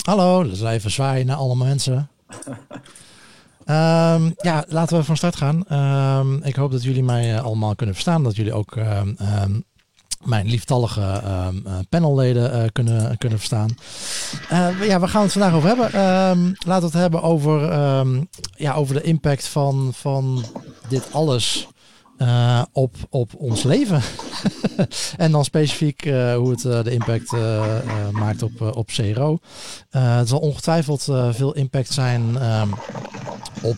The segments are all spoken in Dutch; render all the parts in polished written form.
Hallo, dus even zwaaien naar alle mensen. Laten we van start gaan. Ik hoop dat jullie mij allemaal kunnen verstaan. Dat jullie ook mijn lieftallige panelleden kunnen verstaan. Waar gaan we het vandaag over hebben? Laten we het hebben over de impact van dit alles op ons leven. En dan specifiek hoe het de impact maakt op CRO. Het zal ongetwijfeld veel impact zijn op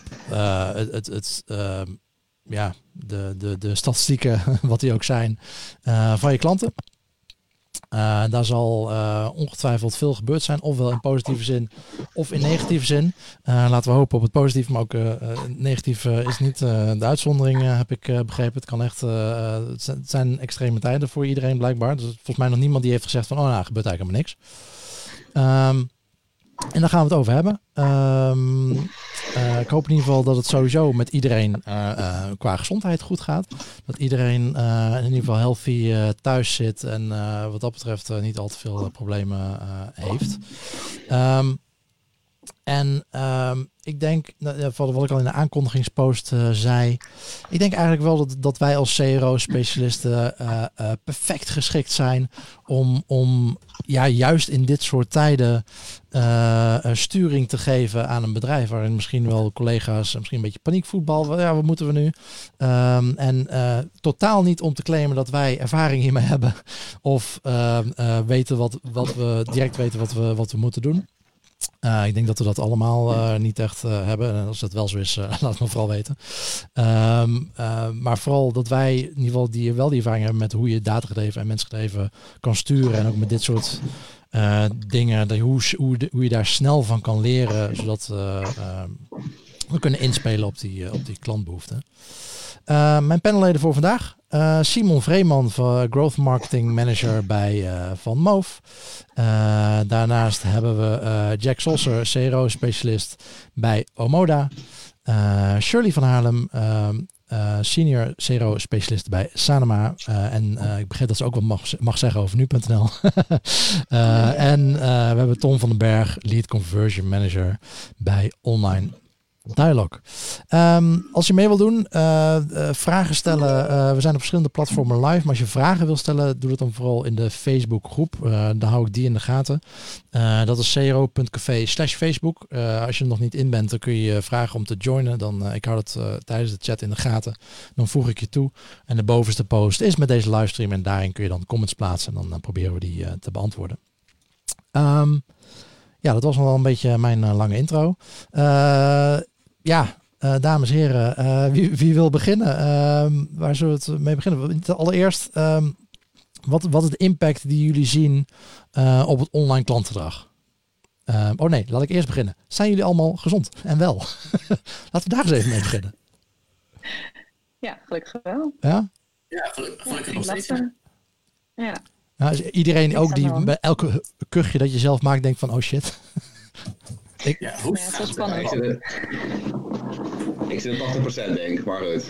de statistieken, wat die ook zijn, van je klanten. Daar zal ongetwijfeld veel gebeurd zijn, ofwel in positieve zin of in negatieve zin. Laten we hopen op het positieve, maar ook negatief is niet de uitzondering, heb ik begrepen. Het kan echt, het zijn extreme tijden voor iedereen blijkbaar. Dus volgens mij nog niemand die heeft gezegd van, gebeurt eigenlijk helemaal niks. En daar gaan we het over hebben. Ik hoop in ieder geval dat het sowieso met iedereen qua gezondheid goed gaat. Dat iedereen in ieder geval healthy thuis zit en wat dat betreft niet al te veel problemen heeft. Ik denk, wat ik al in de aankondigingspost zei, ik denk eigenlijk wel dat wij als CRO-specialisten perfect geschikt zijn om juist in dit soort tijden sturing te geven aan een bedrijf waarin misschien wel collega's misschien een beetje paniekvoetbal, wat moeten we nu? Totaal niet om te claimen dat wij ervaring hiermee hebben of weten wat we direct weten wat we moeten doen. Ik denk dat we dat allemaal niet echt hebben. En als dat wel zo is, laat het me vooral weten. Maar vooral dat wij in ieder geval die ervaring hebben met hoe je datagedreven en mensgedreven kan sturen. En ook met dit soort dingen. Hoe je daar snel van kan leren. Zodat we kunnen inspelen op die klantbehoeften. Mijn panelleden voor vandaag. Simon Vreeman, Growth Marketing Manager bij Van Moof. Daarnaast hebben we Jack Sosser, CRO specialist bij Omoda. Shirley van Haarlem, Senior CRO specialist bij Sanoma. Ik begreep dat ze ook wat mag zeggen over nu.nl. We hebben Tom van den Berg, Lead Conversion Manager bij Online Dialog. Als je mee wil doen, vragen stellen. We zijn op verschillende platformen live. Maar als je vragen wil stellen, doe dat dan vooral in de Facebook groep. Dan hou ik die in de gaten. Dat is cro.café/Facebook. Als je er nog niet in bent, dan kun je vragen om te joinen. Ik hou het tijdens de chat in de gaten. Dan voeg ik je toe. En de bovenste post is met deze livestream. En daarin kun je dan comments plaatsen. En dan proberen we die te beantwoorden. Dat was wel een beetje mijn lange intro. Dames en heren, wie wil beginnen? Waar zullen we het mee beginnen? Allereerst, wat is de impact die jullie zien op het online klantgedrag? Laat ik eerst beginnen. Zijn jullie allemaal gezond en wel? Laten we daar eens even mee beginnen. Ja, gelukkig wel. Ja? Ja, gelukkig nog steeds. Ja. Nou, is iedereen ook die bij elke kuchje dat je zelf maakt denkt van, oh shit. Het is spannend. Ik zit op 80% denk ik, maar goed.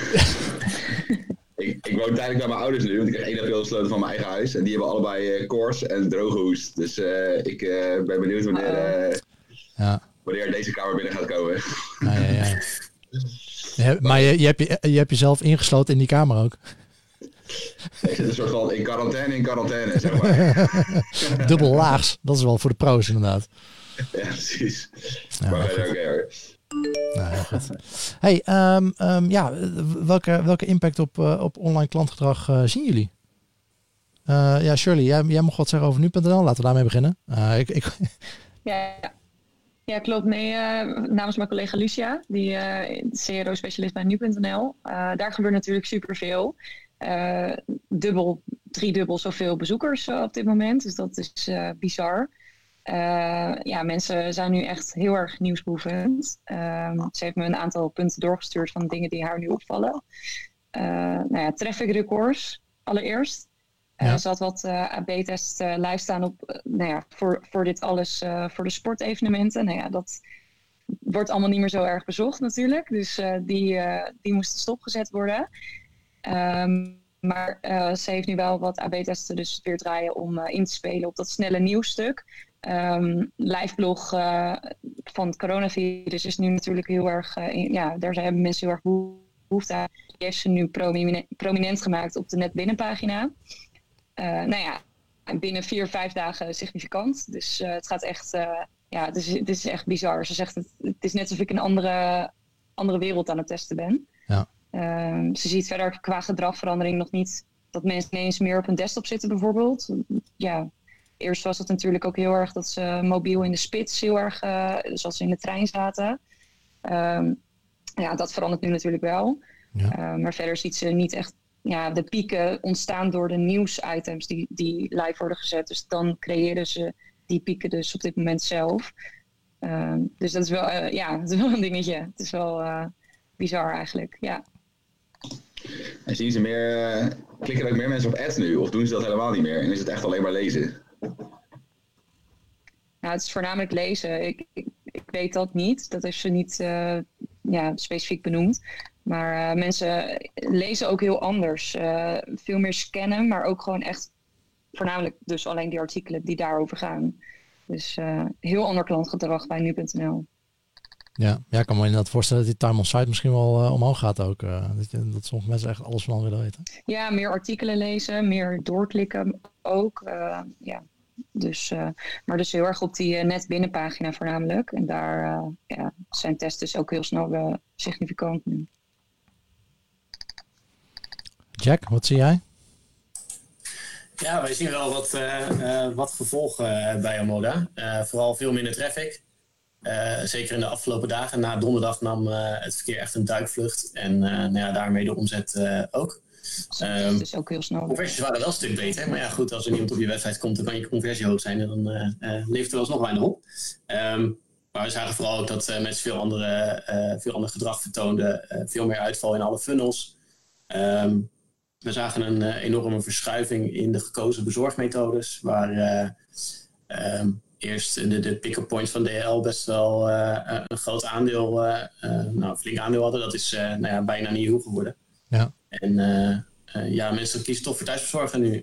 ik woon tijdelijk bij mijn ouders nu, want ik krijg 1 april de sleutel van mijn eigen huis. En die hebben allebei koorts en droge hoest. Dus ik ben benieuwd wanneer deze kamer binnen gaat komen. Maar je hebt jezelf ingesloten in die kamer ook. Ik zit een soort van in quarantaine, zeg maar. Dubbel laags, dat is wel voor de pro's inderdaad. Ja, precies. Ja, maar oké. Nou, heel goed. Hey, welke impact op online klantgedrag zien jullie? Shirley, jij mocht wat zeggen over nu.nl. Laten we daarmee beginnen. Ja, klopt. Nee, namens mijn collega Lucia, die CRO-specialist bij nu.nl. Daar gebeurt natuurlijk superveel. Driedubbel zoveel bezoekers op dit moment. Dus dat is bizar. Mensen zijn nu echt heel erg nieuwsbehoevend. Ze heeft me een aantal punten doorgestuurd van dingen die haar nu opvallen. Traffic records allereerst. Ze had wat AB-tests live staan op, voor dit alles, voor de sportevenementen. Dat wordt allemaal niet meer zo erg bezocht natuurlijk. Dus die moesten stopgezet worden. Maar ze heeft nu wel wat AB-testen dus weer draaien om in te spelen op dat snelle nieuwsstuk. Liveblog van het coronavirus is nu natuurlijk heel erg... daar hebben mensen heel erg behoefte aan. Die heeft ze nu prominent gemaakt op de netbinnenpagina. Binnen 4-5 dagen significant. Dus het gaat echt... het is echt bizar. Ze zegt, het is net alsof ik een andere wereld aan het testen ben. Ja. Ze ziet verder qua gedragverandering nog niet dat mensen ineens meer op een desktop zitten bijvoorbeeld. Ja, eerst was het natuurlijk ook heel erg dat ze mobiel in de spits heel erg, zoals ze in de trein zaten. Dat verandert nu natuurlijk wel. Ja. Maar verder ziet ze niet echt de pieken ontstaan door de nieuwsitems die live worden gezet. Dus dan creëren ze die pieken dus op dit moment zelf. Dus dat is wel, het is wel een dingetje. Het is wel bizar eigenlijk, ja. En zien ze klikken er ook meer mensen op ads nu? Of doen ze dat helemaal niet meer? En is het echt alleen maar lezen? Nou, het is voornamelijk lezen. Ik weet dat niet. Dat heeft ze niet specifiek benoemd. Maar mensen lezen ook heel anders. Veel meer scannen, maar ook gewoon echt voornamelijk dus alleen die artikelen die daarover gaan. Dus heel ander klantgedrag bij nu.nl. Ja, ik kan me inderdaad voorstellen dat die time on site misschien wel omhoog gaat ook. Dat sommige mensen echt alles van willen weten. Ja, meer artikelen lezen, meer doorklikken ook. Dus heel erg op die netbinnenpagina voornamelijk. En daar zijn tests dus ook heel snel significant nu. Jack, wat zie jij? Ja, wij zien wel wat gevolgen bij Amoda. Vooral veel minder traffic. Zeker in de afgelopen dagen. Na donderdag nam het verkeer echt een duikvlucht. En daarmee de omzet ook. Dus ook heel snel. Conversies waren wel een stuk beter. Maar ja, goed, als er niemand op je website komt, dan kan je conversie hoog zijn. En dan levert er wel eens nog weinig op. Maar we zagen vooral ook dat mensen veel ander gedrag vertoonden. Veel meer uitval in alle funnels. We zagen een enorme verschuiving in de gekozen bezorgmethodes. Waar eerst de pick-up points van DHL best wel een groot aandeel, een flink aandeel hadden. Dat is bijna niet heel geworden. Ja. En mensen kiezen toch voor thuisbezorgen nu.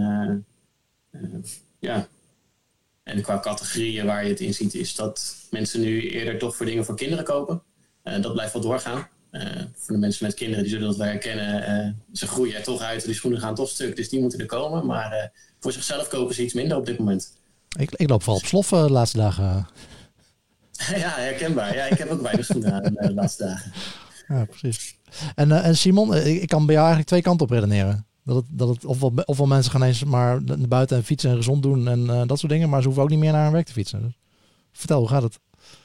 En qua categorieën waar je het in ziet, is dat mensen nu eerder toch voor dingen voor kinderen kopen. Dat blijft wel doorgaan. Voor de mensen met kinderen, die zullen dat wel herkennen. Ze groeien er toch uit, die schoenen gaan toch stuk, dus die moeten er komen. Maar voor zichzelf kopen ze iets minder op dit moment. Ik loop vooral op sloffen de laatste dagen. Ja, herkenbaar. Ja, ik heb ook weinig schoenen aan de laatste dagen. Ja, precies. En Simon, ik kan bij jou eigenlijk twee kanten op redeneren. Dat het ofwel mensen gaan eens maar naar buiten en fietsen en gezond doen en dat soort dingen. Maar ze hoeven ook niet meer naar hun werk te fietsen. Dus vertel, hoe gaat het?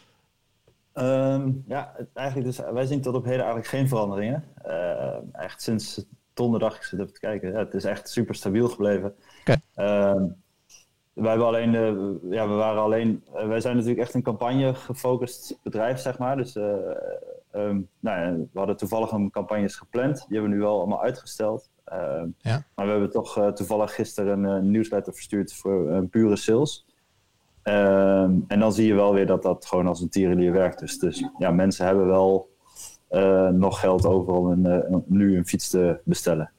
Eigenlijk dus, wij zien tot op heden eigenlijk geen veranderingen. Echt sinds donderdag, ik zit even te kijken, het is echt super stabiel gebleven. Okay. Wij zijn natuurlijk echt een campagne gefocust bedrijf, zeg maar. Dus we hadden toevallig een campagnes gepland. Die hebben we nu wel allemaal uitgesteld. Maar we hebben toch toevallig gisteren een nieuwsletter verstuurd voor pure sales. En dan zie je wel weer dat gewoon als een tierenlier werkt. Dus mensen hebben wel nog geld over om nu een fiets te bestellen.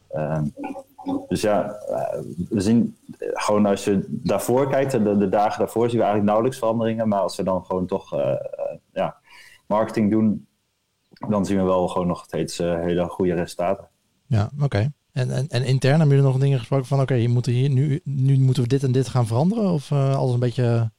We zien gewoon als je daarvoor kijkt, de dagen daarvoor zien we eigenlijk nauwelijks veranderingen. Maar als we dan gewoon toch marketing doen, dan zien we wel gewoon nog steeds hele goede resultaten. Ja, oké. En intern hebben jullie nog dingen gesproken van nu moeten we dit en dit gaan veranderen? Of alles een beetje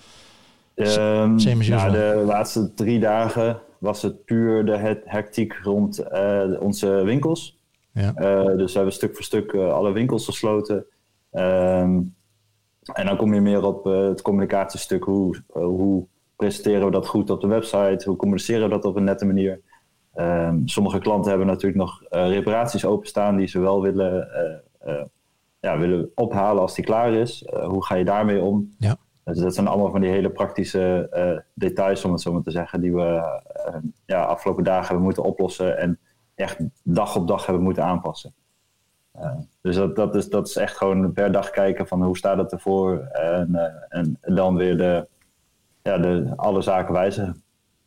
de laatste 3 dagen was het puur de hectiek rond onze winkels. Ja. Dus we hebben stuk voor stuk alle winkels gesloten. En dan kom je meer op het communicatiestuk. Hoe presenteren we dat goed op de website? Hoe communiceren we dat op een nette manier? Sommige klanten hebben natuurlijk nog reparaties openstaan die ze wel willen ophalen als die klaar is. Hoe ga je daarmee om? Ja. Dus dat zijn allemaal van die hele praktische details, om het zo maar te zeggen, die we afgelopen dagen hebben moeten oplossen en echt dag op dag hebben moeten aanpassen. Dus dat is echt gewoon per dag kijken van hoe staat het ervoor en dan weer alle zaken wijzigen.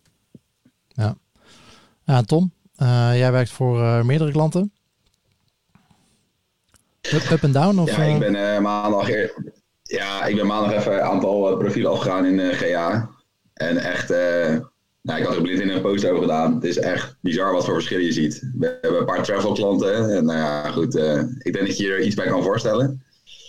Ja, Tom, jij werkt voor meerdere klanten. Up en down? Of, ik ben maandag Ja, ik ben maandag even een aantal profielen afgegaan in GA. En echt, ik had er op LinkedIn een post over gedaan. Het is echt bizar wat voor verschillen je ziet. We hebben een paar travel klanten. En nou ja, goed, ik denk dat je er iets bij kan voorstellen.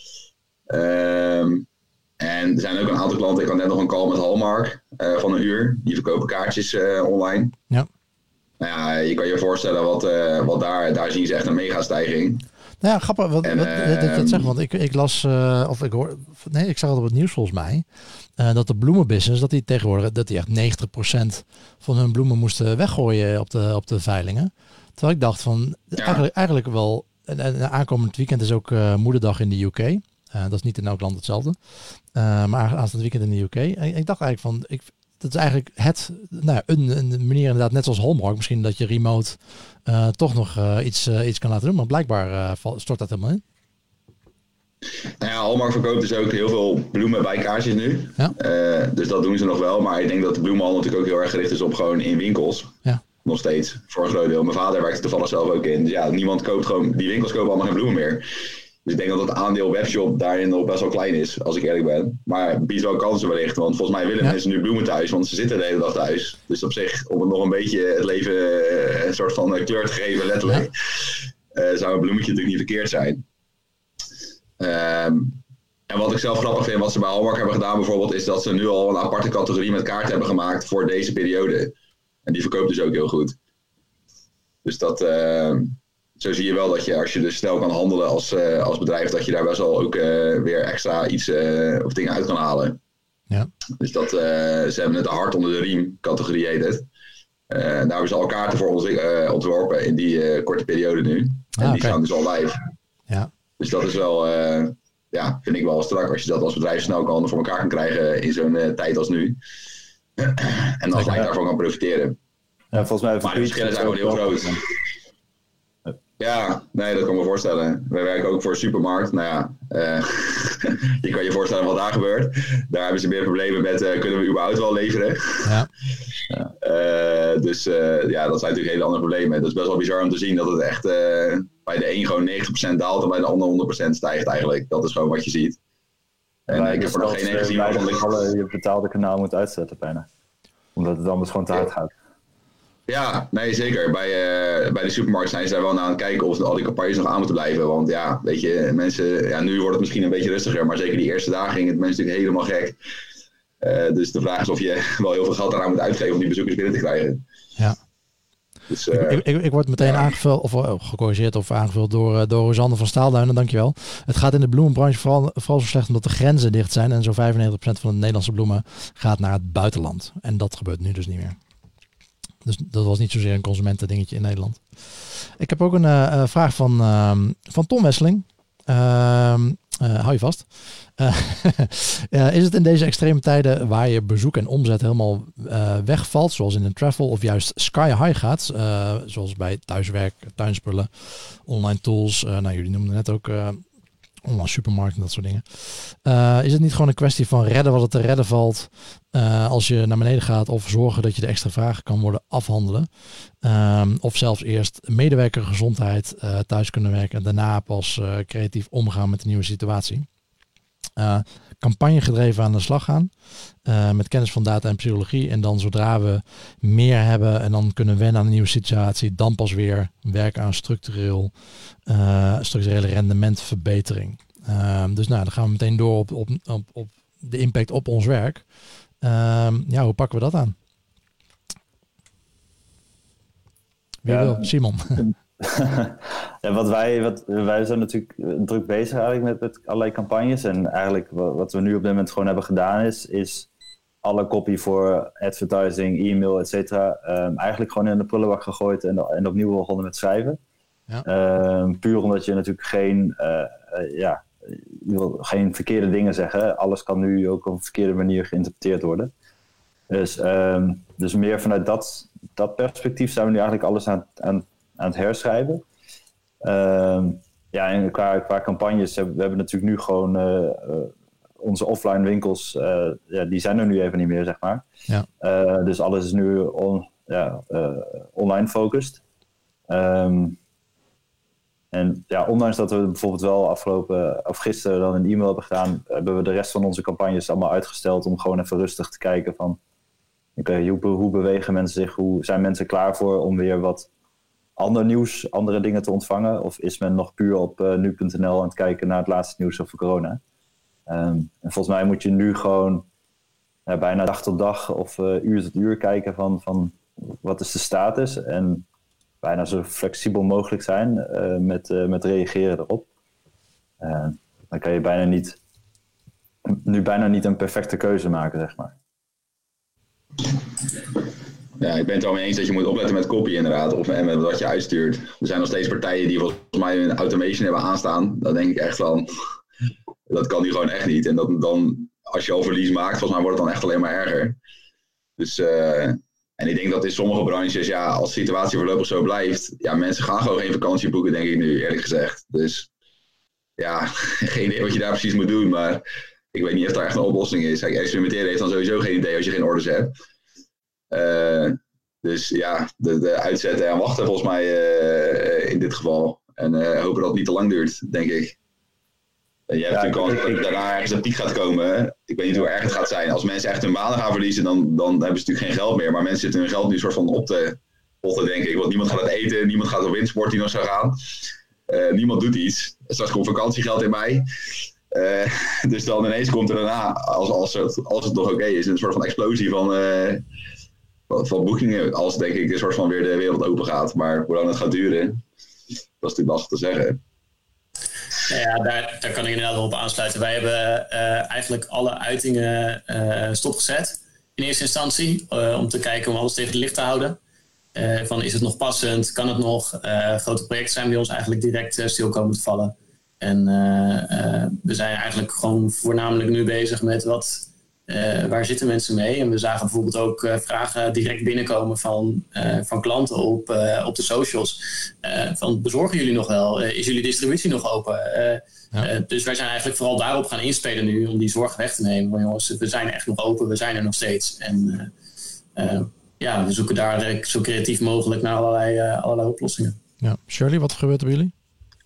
En er zijn ook een aantal klanten. Ik had net nog een call met Hallmark van 1 uur. Die verkopen kaartjes online. Ja. Nou ja, je kan je voorstellen wat daar zien ze echt een mega stijging. Nou ja, grappig dat je dat zegt. Want ik las, ik zag het op het nieuws volgens mij. Dat de bloemenbusiness, dat die tegenwoordig echt 90% van hun bloemen moesten weggooien op de veilingen. Terwijl ik dacht van, eigenlijk wel, en aankomend weekend is ook moederdag in de UK. Dat is niet in elk land hetzelfde. Maar aanstaand weekend in de UK. Ik dacht eigenlijk van, dat is eigenlijk een manier inderdaad, net zoals Hallmark, misschien dat je remote toch nog iets kan laten doen. Maar blijkbaar stort dat helemaal in. Nou ja, Hallmark verkoopt dus ook heel veel bloemen bij kaartjes nu. Ja. Dus dat doen ze nog wel. Maar ik denk dat de bloemenhandel natuurlijk ook heel erg gericht is op gewoon in winkels. Ja. Nog steeds, voor een groot deel. Mijn vader werkt er toevallig zelf ook in. Dus ja, niemand koopt gewoon, die winkels kopen allemaal geen bloemen meer. Dus ik denk dat het aandeel webshop daarin nog best wel klein is, als ik eerlijk ben. Maar het biedt wel kansen wellicht, want volgens mij willen mensen nu bloemen thuis, want ze zitten de hele dag thuis. Dus op zich, om het nog een beetje het leven een soort van kleur te geven, letterlijk, zou een bloemetje natuurlijk niet verkeerd zijn. En wat ik zelf grappig vind, wat ze bij Hallmark hebben gedaan bijvoorbeeld, is dat ze nu al een aparte categorie met kaarten hebben gemaakt voor deze periode. En die verkoopt dus ook heel goed. Dus dat... Zo zie je wel dat je, als je dus snel kan handelen als bedrijf, dat je daar best wel ook weer extra iets of dingen uit kan halen. Ja. Dus dat, ze hebben het de hart onder de riem categorie heet het. Daar hebben ze al kaarten voor ontworpen in die korte periode nu. En die staan dus al live. Ja. Dus dat is wel, vind ik wel strak als je dat als bedrijf snel kan voor elkaar kan krijgen in zo'n tijd als nu. En dan gelijk daarvan kan profiteren. Ja, volgens mij maar de verschillen zijn gewoon heel groot. Ja, nee, dat kan ik me voorstellen. Wij werken ook voor een supermarkt. Nou ja, je kan je voorstellen wat daar gebeurt. Daar hebben ze meer problemen met, kunnen we überhaupt wel leveren? Ja. Dus dat zijn natuurlijk hele andere problemen. Het is best wel bizar om te zien dat het echt bij de een gewoon 90% daalt en bij de ander 100% stijgt eigenlijk. Dat is gewoon wat je ziet. En ik heb er nog geen één gezien waarvan je betaalde kanaal moet uitzetten bijna. Omdat het anders gewoon te hard gaat. Ja, nee, zeker. Bij de supermarkt zijn ze daar wel naar aan het kijken of al die campagnes nog aan moeten blijven. Want ja, weet je, mensen, nu wordt het misschien een beetje rustiger, maar zeker die eerste dagen ging het mensen natuurlijk helemaal gek. Dus de vraag is of je wel heel veel geld eraan moet uitgeven om die bezoekers binnen te krijgen. Ja. Dus, ik word meteen aangevuld, of gecorrigeerd of aangevuld door Rosanne van Staalduinen, dankjewel. Het gaat in de bloemenbranche vooral zo slecht omdat de grenzen dicht zijn en zo'n 95% van de Nederlandse bloemen gaat naar het buitenland. En dat gebeurt nu dus niet meer. Dus dat was niet zozeer een consumentendingetje in Nederland. Ik heb ook een vraag van Tom Wesseling. Hou je vast. Is het in deze extreme tijden waar je bezoek en omzet helemaal wegvalt, zoals in een travel, of juist sky high gaat, zoals bij thuiswerk, tuinspullen, online tools, jullie noemden net ook online supermarkt en dat soort dingen. Is het niet gewoon een kwestie van redden wat het te redden valt als je naar beneden gaat, of zorgen dat je de extra vragen kan worden afhandelen? Of zelfs eerst medewerkergezondheid thuis kunnen werken en daarna pas creatief omgaan met de nieuwe situatie. Campagne gedreven aan de slag gaan met kennis van data en psychologie, en dan zodra we meer hebben en dan kunnen wennen aan een nieuwe situatie, dan pas weer werken aan structurele rendementverbetering. Dus dan gaan we meteen door op de impact op ons werk. Hoe pakken we dat aan? Wie wil? Simon. Ja, wij zijn natuurlijk druk bezig eigenlijk met allerlei campagnes. En eigenlijk wat we nu op dit moment gewoon hebben gedaan is alle copy voor advertising, e-mail, et cetera, eigenlijk gewoon in de prullenbak gegooid en opnieuw begonnen met schrijven. Ja. Puur omdat je natuurlijk je wil geen verkeerde dingen zeggen. Alles kan nu ook op een verkeerde manier geïnterpreteerd worden. Dus meer vanuit dat perspectief zijn we nu eigenlijk alles aan het herschrijven. En qua campagnes, we hebben natuurlijk nu gewoon onze offline winkels, die zijn er nu even niet meer, zeg maar. Ja. Dus alles is nu online focused. En ja, ondanks dat we bijvoorbeeld wel gisteren dan een e-mail hebben gedaan, hebben we de rest van onze campagnes allemaal uitgesteld om gewoon even rustig te kijken van hoe bewegen mensen zich, hoe zijn mensen klaar voor om weer wat ander nieuws, andere dingen te ontvangen? Of is men nog puur op nu.nl aan het kijken naar het laatste nieuws over corona? En volgens mij moet je nu gewoon bijna dag tot dag of uur tot uur kijken van wat is de status en bijna zo flexibel mogelijk zijn met reageren erop. Dan kan je bijna niet een perfecte keuze maken, zeg maar. Ja, ik ben het er wel mee eens dat je moet opletten met copy inderdaad, of met wat je uitstuurt. Er zijn nog steeds partijen die volgens mij een automation hebben aanstaan. Dan denk ik echt van, dat kan nu gewoon echt niet. En dan, als je al verlies maakt, volgens mij wordt het dan echt alleen maar erger. Dus, en ik denk dat in sommige branches, ja, als de situatie voorlopig zo blijft, ja, mensen gaan gewoon geen vakantie boeken, denk ik nu, eerlijk gezegd. Dus ja, geen idee wat je daar precies moet doen, maar ik weet niet of daar echt een oplossing is. Kijk, experimenteren heeft dan sowieso geen idee als je geen orders hebt. Dus ja, de uitzetten en wachten volgens mij in dit geval. En hopen dat het niet te lang duurt, denk ik. En je hebt natuurlijk al daarna ergens een piek gaat komen. Ik weet niet hoe erg het gaat zijn. Als mensen echt hun banen gaan verliezen, dan hebben ze natuurlijk geen geld meer. Maar mensen zitten hun geld nu soort van op te potten, denk ik. Want niemand gaat het eten, niemand gaat op windsport die nog zou gaan. Niemand doet iets. Straks komt vakantiegeld in mei. Dus dan ineens komt er daarna, als het nog oké is, een soort van explosie van boekingen, als denk ik een soort van weer de wereld open gaat. Maar hoe lang het gaat duren, dat is natuurlijk lastig te zeggen. Ja, daar kan ik inderdaad wel op aansluiten. Wij hebben eigenlijk alle uitingen stopgezet in eerste instantie, om te kijken om alles tegen het licht te houden. Is het nog passend? Kan het nog? Grote projecten zijn bij ons eigenlijk direct stil komen te vallen. En we zijn eigenlijk gewoon voornamelijk nu bezig met waar zitten mensen mee? En we zagen bijvoorbeeld ook vragen direct binnenkomen van klanten op de socials. Van bezorgen jullie nog wel? Is jullie distributie nog open? Dus wij zijn eigenlijk vooral daarop gaan inspelen nu om die zorg weg te nemen. Want jongens, we zijn echt nog open, we zijn er nog steeds. En we zoeken daar zo creatief mogelijk naar allerlei oplossingen. Ja. Shirley, wat gebeurt er bij jullie?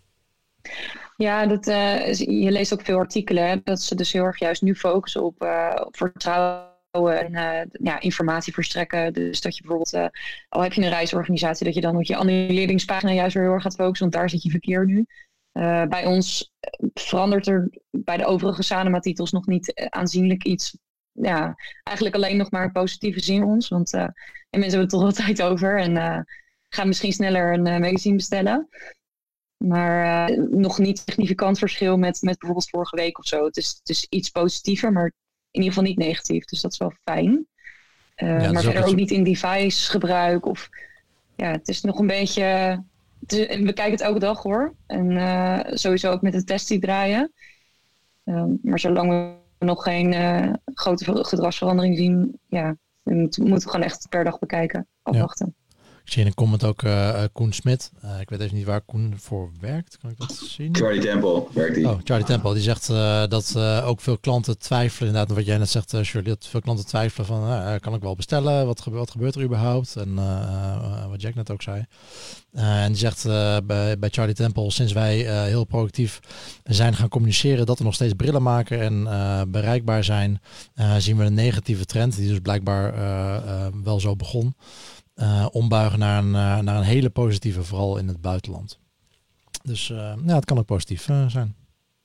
Ja, je leest ook veel artikelen. Hè, dat ze dus heel erg juist nu focussen op vertrouwen en informatie verstrekken. Dus dat je bijvoorbeeld, al heb je een reisorganisatie, dat je dan op je annuleringspagina juist weer heel erg gaat focussen. Want daar zit je verkeer nu. Bij ons verandert er bij de overige Sanoma-titels nog niet aanzienlijk iets. Ja, eigenlijk alleen nog maar een positieve zin in ons. Want mensen hebben het toch wel tijd over. En gaan misschien sneller een magazine bestellen. Maar nog niet significant verschil met bijvoorbeeld vorige week of zo. Het is iets positiever, maar in ieder geval niet negatief. Dus dat is wel fijn. Maar verder ook niet in device gebruik. Of, ja, het is nog een beetje... we kijken het elke dag hoor. En sowieso ook met de tests die draaien. Maar zolang we nog geen grote gedragsverandering zien... Ja, we moeten gewoon echt per dag bekijken. Afwachten. Ja. Ik zie in een comment ook Koen Smit. Ik weet even niet waar Koen voor werkt. Kan ik dat zien? Charlie Temple werkt hij. Oh, Charlie Temple. Die zegt dat ook veel klanten twijfelen. Inderdaad, wat jij net zegt, Shirley. Dat veel klanten twijfelen van, kan ik wel bestellen? Wat gebeurt er überhaupt? En wat Jack net ook zei. En die zegt bij Charlie Temple, sinds wij heel proactief zijn gaan communiceren dat er nog steeds brillen maken en bereikbaar zijn, zien we een negatieve trend. Die dus blijkbaar wel zo begon. Ombuigen naar een hele positieve, vooral in het buitenland. Dus het kan ook positief zijn.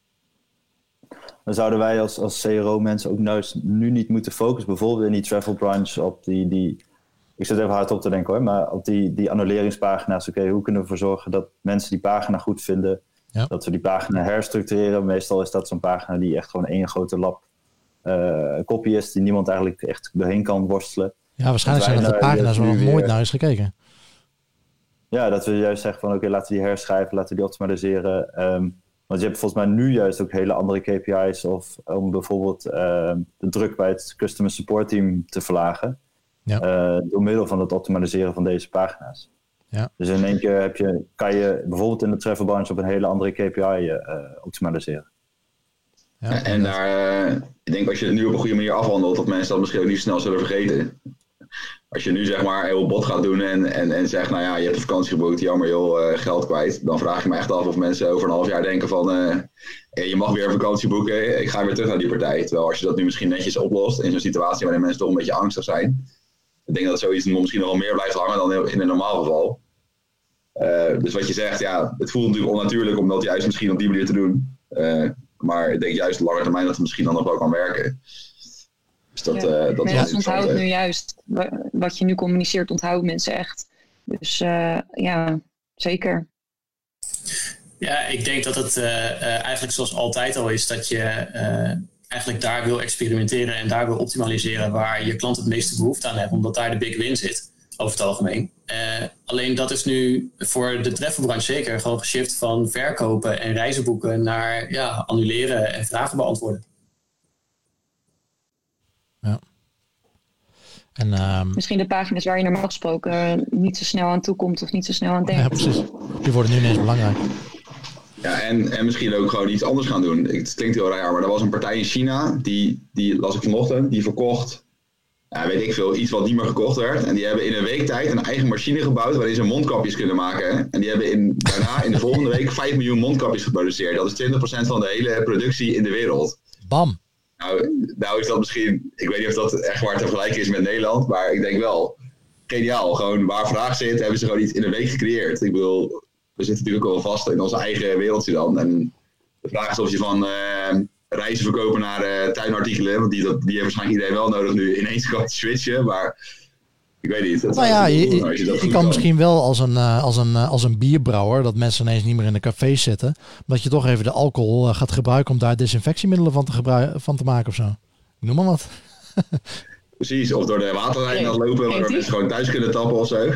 Dan zouden wij als CRO-mensen ook nu niet moeten focussen, bijvoorbeeld in die travel branche, op die ik zit even hard op te denken hoor, maar op die annuleringspagina's. Oké, hoe kunnen we ervoor zorgen dat mensen die pagina goed vinden, dat we die pagina herstructureren. Meestal is dat zo'n pagina die echt gewoon één grote lap kopie is, die niemand eigenlijk echt doorheen kan worstelen. Ja, waarschijnlijk zijn dat de pagina's waar nog nooit naar is gekeken. Ja, dat we juist zeggen van oké, laten we die herschrijven, laten we die optimaliseren. Want je hebt volgens mij nu juist ook hele andere KPI's om bijvoorbeeld de druk bij het customer support team te verlagen. Ja. Door middel van het optimaliseren van deze pagina's. Ja. Dus in één keer kan je bijvoorbeeld in de travel branche op een hele andere KPI optimaliseren. Ja, en daar, ik denk als je het nu op een goede manier afhandelt, dat mensen dat misschien ook niet snel zullen vergeten. Als je nu zeg maar heel bot gaat doen en zegt, nou ja, je hebt een vakantie geboekt, jammer joh, geld kwijt. Dan vraag je me echt af of mensen over een half jaar denken van, je mag weer een vakantie boeken, ik ga weer terug naar die partij. Terwijl als je dat nu misschien netjes oplost in zo'n situatie waarin mensen toch een beetje angstig zijn. Ik denk dat zoiets misschien nog wel meer blijft hangen dan in een normaal geval. Dus wat je zegt, ja, het voelt natuurlijk onnatuurlijk om dat juist misschien op die manier te doen. Maar ik denk juist op lange termijn dat het misschien dan nog wel kan werken. Dus dat mensen onthouden nu juist. Wat je nu communiceert, onthouden mensen echt. Dus ja, zeker. Ja, ik denk dat het eigenlijk zoals altijd al is dat je eigenlijk daar wil experimenteren en daar wil optimaliseren waar je klant het meeste behoefte aan heeft, omdat daar de big win zit, over het algemeen. Alleen dat is nu voor de treffelbranche zeker gewoon geshift van verkopen en reizen boeken naar annuleren en vragen beantwoorden. Ja. En, misschien de pagina's waar je normaal gesproken niet zo snel aan toe komt of niet zo snel aan denkt. Ja, precies. Die worden nu ineens belangrijk. Ja, en misschien ook gewoon iets anders gaan doen. Het klinkt heel raar, maar er was een partij in China, die las ik vanochtend, die verkocht, weet ik veel, iets wat niet meer gekocht werd. En die hebben in een week tijd een eigen machine gebouwd waarin ze mondkapjes kunnen maken. En die hebben daarna in de volgende week 5 miljoen mondkapjes geproduceerd. Dat is 20% van de hele productie in de wereld. Bam! Nou is dat misschien, ik weet niet of dat echt waar te vergelijken is met Nederland, maar ik denk wel, geniaal. Gewoon waar vraag zit, hebben ze gewoon iets in een week gecreëerd. Ik bedoel, we zitten natuurlijk al vast in onze eigen wereldje dan. En de vraag is of je van reizen verkopen naar tuinartikelen, want die heeft waarschijnlijk iedereen wel nodig nu ineens kan switchen, maar ik weet niet. Nou ja, je kan misschien wel als een bierbrouwer, dat mensen ineens niet meer in de cafés zitten, dat je toch even de alcohol gaat gebruiken om daar desinfectiemiddelen van te maken of zo. Noem maar wat. Precies, of door de waterlijn gaan lopen, waardoor mensen gewoon thuis kunnen tappen of zo.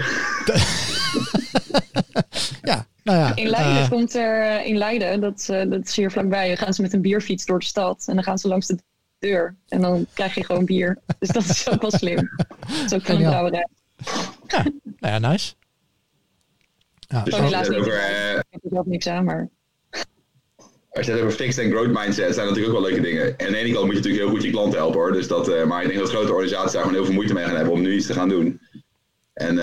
Ja, nou ja. In Leiden komt er, dat is hier vlakbij, gaan ze met een bierfiets door de stad en dan gaan ze langs de deur en dan krijg je gewoon bier. Dus dat is ook wel slim. Dat is ook van een brouwerij. Ja, nou ja, nice. Ja. Dus helaas niet. Ik heb er zelf niks aan, maar... Als je het over fixed en growth mindset, zijn natuurlijk ook wel leuke dingen. En aan de ene kant moet je natuurlijk heel goed je klanten helpen hoor. Dus maar ik denk dat grote organisaties daar gewoon heel veel moeite mee gaan hebben om nu iets te gaan doen. En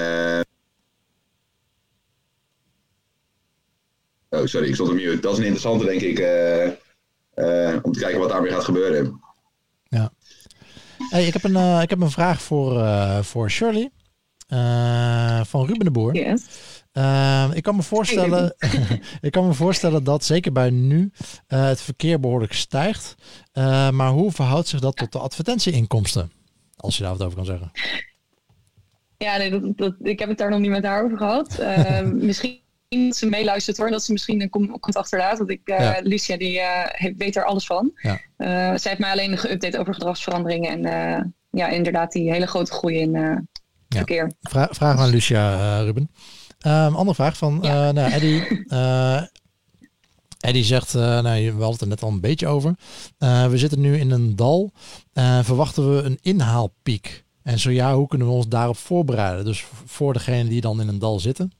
oh, sorry, ik stond op mute. Dat is een interessante, denk ik, om te kijken wat daarmee gaat gebeuren. Ja. Hey, ik heb een vraag voor Shirley van Ruben de Boer. Yes. Ik kan me voorstellen dat zeker bij nu het verkeer behoorlijk stijgt. Maar hoe verhoudt zich dat tot de advertentieinkomsten? Als je daar wat over kan zeggen. Ja, nee, ik heb het daar nog niet met haar over gehad. Misschien dat ze meeluistert hoor. Dat ze misschien een komt achterlaat. Want Lucia die weet er alles van. Ja. Zij heeft mij alleen geüpdate over gedragsveranderingen. En inderdaad die hele grote groei in verkeer. Vraag naar Lucia, Ruben. Andere vraag van Eddie. Eddie zegt, we hadden het er net al een beetje over. We zitten nu in een dal. Verwachten we een inhaalpiek? En zo ja, hoe kunnen we ons daarop voorbereiden? Dus voor degenen die dan in een dal zitten.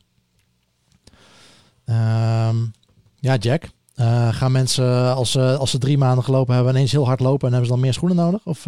Jack. Gaan mensen als ze 3 maanden gelopen hebben ineens heel hard lopen en hebben ze dan meer schoenen nodig? Of...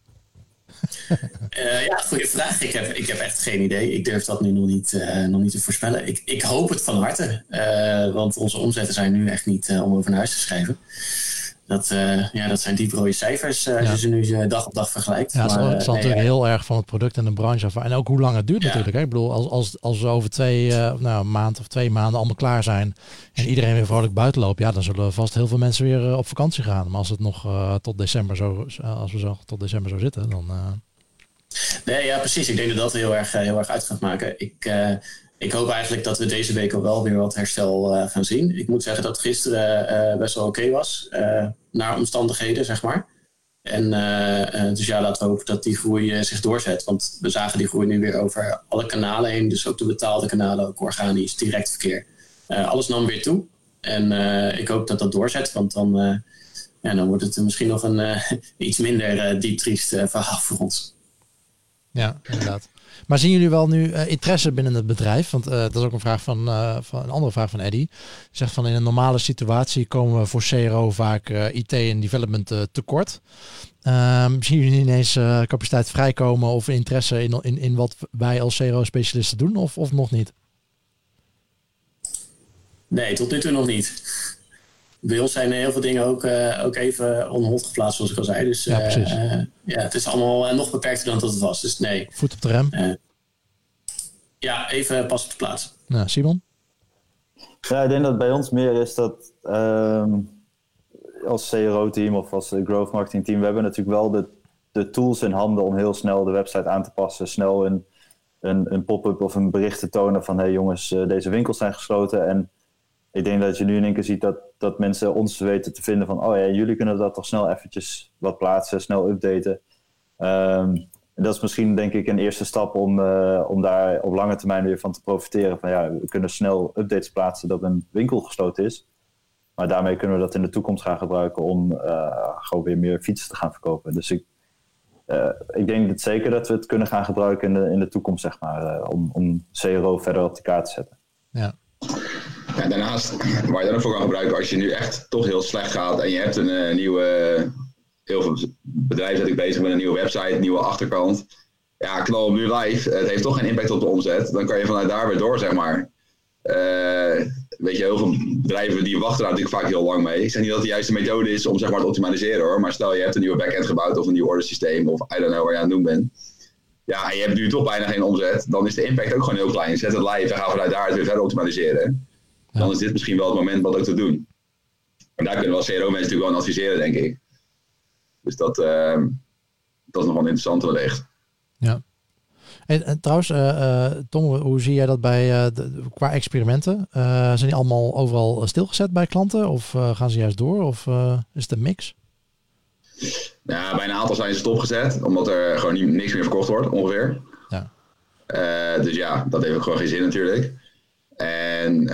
Goede vraag. Ik heb echt geen idee. Ik durf dat nu nog niet te voorspellen. Ik hoop het van harte. Want onze omzetten zijn nu echt niet om over naar huis te schrijven. Dat zijn dieprode cijfers als je ze nu dag op dag vergelijkt. Ja, het zal natuurlijk heel erg van het product en de branche af. En ook hoe lang het duurt natuurlijk. Hè? Ik bedoel, als we over 2 maand of 2 maanden allemaal klaar zijn en iedereen weer vrolijk buiten loopt, dan zullen vast heel veel mensen weer op vakantie gaan. Maar als het nog tot december tot december zo zitten, dan... Nee, ja, precies. Ik denk dat heel erg uit gaat maken. Ik hoop eigenlijk dat we deze week al wel weer wat herstel gaan zien. Ik moet zeggen dat gisteren best wel oké was. Naar omstandigheden, zeg maar. En dus laten we hopen dat die groei zich doorzet. Want we zagen die groei nu weer over alle kanalen heen. Dus ook de betaalde kanalen, ook organisch, direct verkeer. Alles nam weer toe. En ik hoop dat dat doorzet. Want dan wordt het misschien nog een iets minder diep triest verhaal voor ons. Ja, inderdaad. Maar zien jullie wel nu interesse binnen het bedrijf? Want dat is ook een vraag van een andere vraag van Eddie. Hij zegt van in een normale situatie komen we voor CRO vaak IT en development tekort. Zien jullie ineens capaciteit vrijkomen of interesse in wat wij als CRO-specialisten doen of nog niet? Nee, tot nu toe nog niet. Bij ons zijn heel veel dingen ook even on hold geplaatst, zoals ik al zei. Dus ja, precies. Het is allemaal nog beperkter dan dat het was. Dus nee. Voet op de rem. Ja, even pas op de plaats. Nou, Simon? Ja, ik denk dat het bij ons meer is dat als CRO-team of als growth marketing team, we hebben natuurlijk wel de tools in handen om heel snel de website aan te passen. Snel een pop-up of een bericht te tonen van hey jongens, deze winkels zijn gesloten. En ik denk dat je nu in één keer ziet dat mensen ons weten te vinden van oh ja, jullie kunnen dat toch snel eventjes wat plaatsen, snel updaten. En dat is misschien denk ik een eerste stap om daar op lange termijn weer van te profiteren. Van ja, we kunnen snel updates plaatsen dat een winkel gesloten is. Maar daarmee kunnen we dat in de toekomst gaan gebruiken om gewoon weer meer fietsen te gaan verkopen. Dus ik denk dat zeker dat we het kunnen gaan gebruiken in de toekomst, zeg maar, om CRO verder op de kaart te zetten. Ja. Ja, daarnaast, waar je dan ook voor kan gebruiken als je nu echt toch heel slecht gaat en je hebt een nieuwe... Heel veel bedrijven zijn bezig met een nieuwe website, een nieuwe achterkant. Ja, knal hem nu live. Het heeft toch geen impact op de omzet. Dan kan je vanuit daar weer door, zeg maar. Weet je, heel veel bedrijven die wachten daar natuurlijk vaak heel lang mee. Ik zeg niet dat de juiste methode is om zeg maar te optimaliseren hoor. Maar stel je hebt een nieuwe backend gebouwd of een nieuw ordersysteem of I don't know waar je aan het doen bent. Ja, en je hebt nu toch bijna geen omzet. Dan is de impact ook gewoon heel klein. Zet het live en ga vanuit daar het weer verder optimaliseren. Ja. Dan is dit misschien wel het moment wat ook te doen. En daar kunnen we als CRO-mensen natuurlijk wel aan adviseren, denk ik. Dus dat is nog wel interessant wellicht. Ja. En trouwens, Tom, hoe zie jij dat bij qua experimenten? Zijn die allemaal overal stilgezet bij klanten? Of gaan ze juist door? Of is het een mix? Ja, bij een aantal zijn ze stopgezet. Omdat er gewoon niks meer verkocht wordt, ongeveer. Ja. Dus ja, dat heeft ook gewoon geen zin natuurlijk. En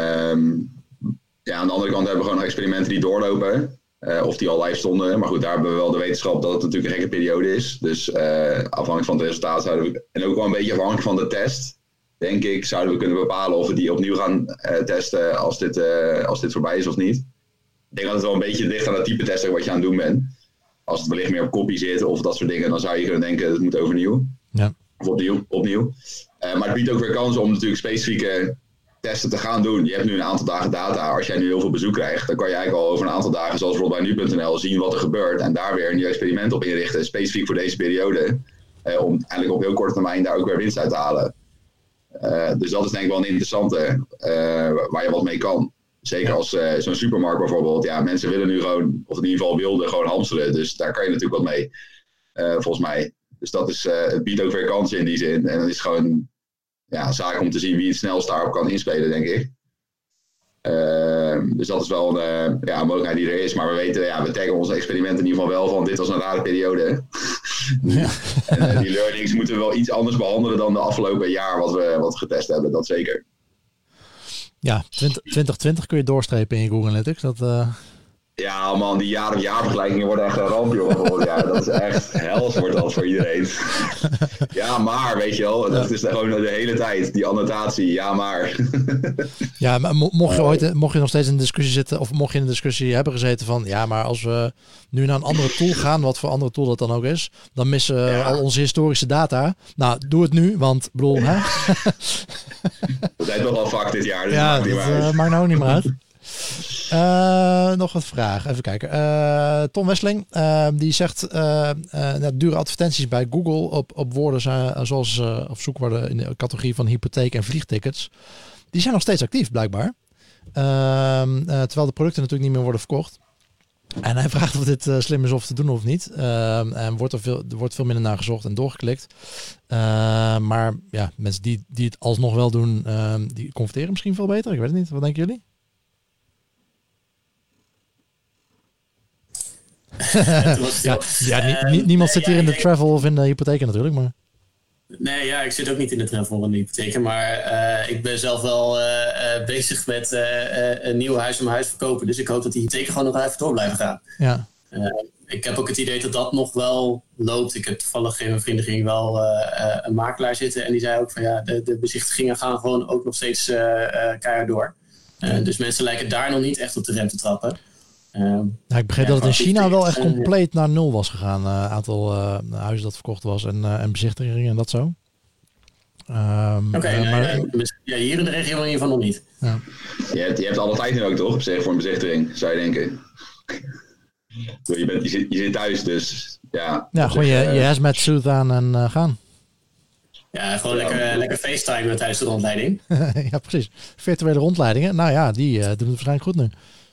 aan de andere kant hebben we gewoon nog experimenten die doorlopen. Of die al live stonden. Maar goed, daar hebben we wel de wetenschap dat het natuurlijk een gekke periode is. Dus afhankelijk van het resultaat zouden we... En ook wel een beetje afhankelijk van de test. Denk ik, zouden we kunnen bepalen of we die opnieuw gaan testen als dit voorbij is of niet. Ik denk dat het wel een beetje ligt aan het type testen wat je aan het doen bent. Als het wellicht meer op copy zit of dat soort dingen, dan zou je kunnen denken het moet overnieuw. Ja. Of opnieuw. Maar het biedt ook weer kansen om natuurlijk specifieke testen te gaan doen. Je hebt nu een aantal dagen data. Als jij nu heel veel bezoek krijgt, dan kan je eigenlijk al over een aantal dagen, zoals bijvoorbeeld bij nu.nl, zien wat er gebeurt en daar weer een nieuw experiment op inrichten, specifiek voor deze periode. Om eigenlijk op heel korte termijn daar ook weer winst uit te halen. Dus dat is denk ik wel een interessante waar je wat mee kan. Zeker als zo'n supermarkt bijvoorbeeld. Ja, mensen willen nu gewoon, of in ieder geval wilden, gewoon hamsteren. Dus daar kan je natuurlijk wat mee. Volgens mij. Dus dat is, het biedt ook weer kansen in die zin. En dan is het gewoon een zaak om te zien wie het snelst daarop kan inspelen, denk ik. Dus dat is wel een mogelijkheid die er is. Maar we weten, we taggen onze experimenten in ieder geval wel van dit was een rare periode. Ja. En die learnings moeten we wel iets anders behandelen dan de afgelopen jaar wat we getest hebben. Dat zeker. Ja, 2020 kun je doorstrepen in je Google Analytics. Ja man, die jaar-op-jaar vergelijkingen worden echt een ramp, joh. Ja, dat is echt hels wordt dat voor iedereen. Ja, maar, weet je wel, dat is gewoon de hele tijd, die annotatie, ja maar. Ja, maar mocht je nog steeds in de discussie zitten, of mocht je in de discussie hebben gezeten van, ja, maar als we nu naar een andere tool gaan, wat voor andere tool dat dan ook is, dan missen we al onze historische data. Nou, doe het nu, want, bedoel, hè? Dat is toch al vak dit jaar, dus maakt nou ook niet meer uit. Nog wat vragen. Even kijken. Tom Wesseling, die zegt dure advertenties bij Google op woorden zoals op zoekwoorden in de categorie van hypotheek en vliegtickets. Die zijn nog steeds actief blijkbaar. Terwijl de producten natuurlijk niet meer worden verkocht. En hij vraagt of dit slim is of te doen of niet. En er wordt veel minder naar gezocht en doorgeklikt. Maar ja, mensen die het alsnog wel doen, die converteren misschien veel beter. Ik weet het niet. Wat denken jullie? Niemand zit hier in de travel of in de hypotheken natuurlijk, maar... Nee, ik zit ook niet in de travel en de hypotheken, maar ik ben zelf wel bezig met een nieuw huis om huis verkopen, dus ik hoop dat die hypotheken gewoon nog even door blijven gaan. Ja. ik heb ook het idee dat dat nog wel loopt. Ik heb toevallig in mijn vriendenring wel een makelaar zitten. En die zei ook van de bezichtigingen gaan gewoon ook nog steeds keihard door. Dus mensen lijken daar nog niet echt op de rem te trappen. Ik begreep dat het in China wel echt compleet naar nul was gegaan. Aantal huizen dat verkocht was en bezichtigingen en dat zo. Hier in de regio in ieder geval nog niet. Ja. Je hebt alle tijd nu ook toch, op zich, voor een bezichtiging, zou je denken. Je zit thuis, dus ja. Ja, gewoon je hazmat suit aan en gaan. Ja, gewoon lekker FaceTime tijdens de rondleiding. Ja, precies. Virtuele rondleidingen. Nou ja, die doen het waarschijnlijk goed nu.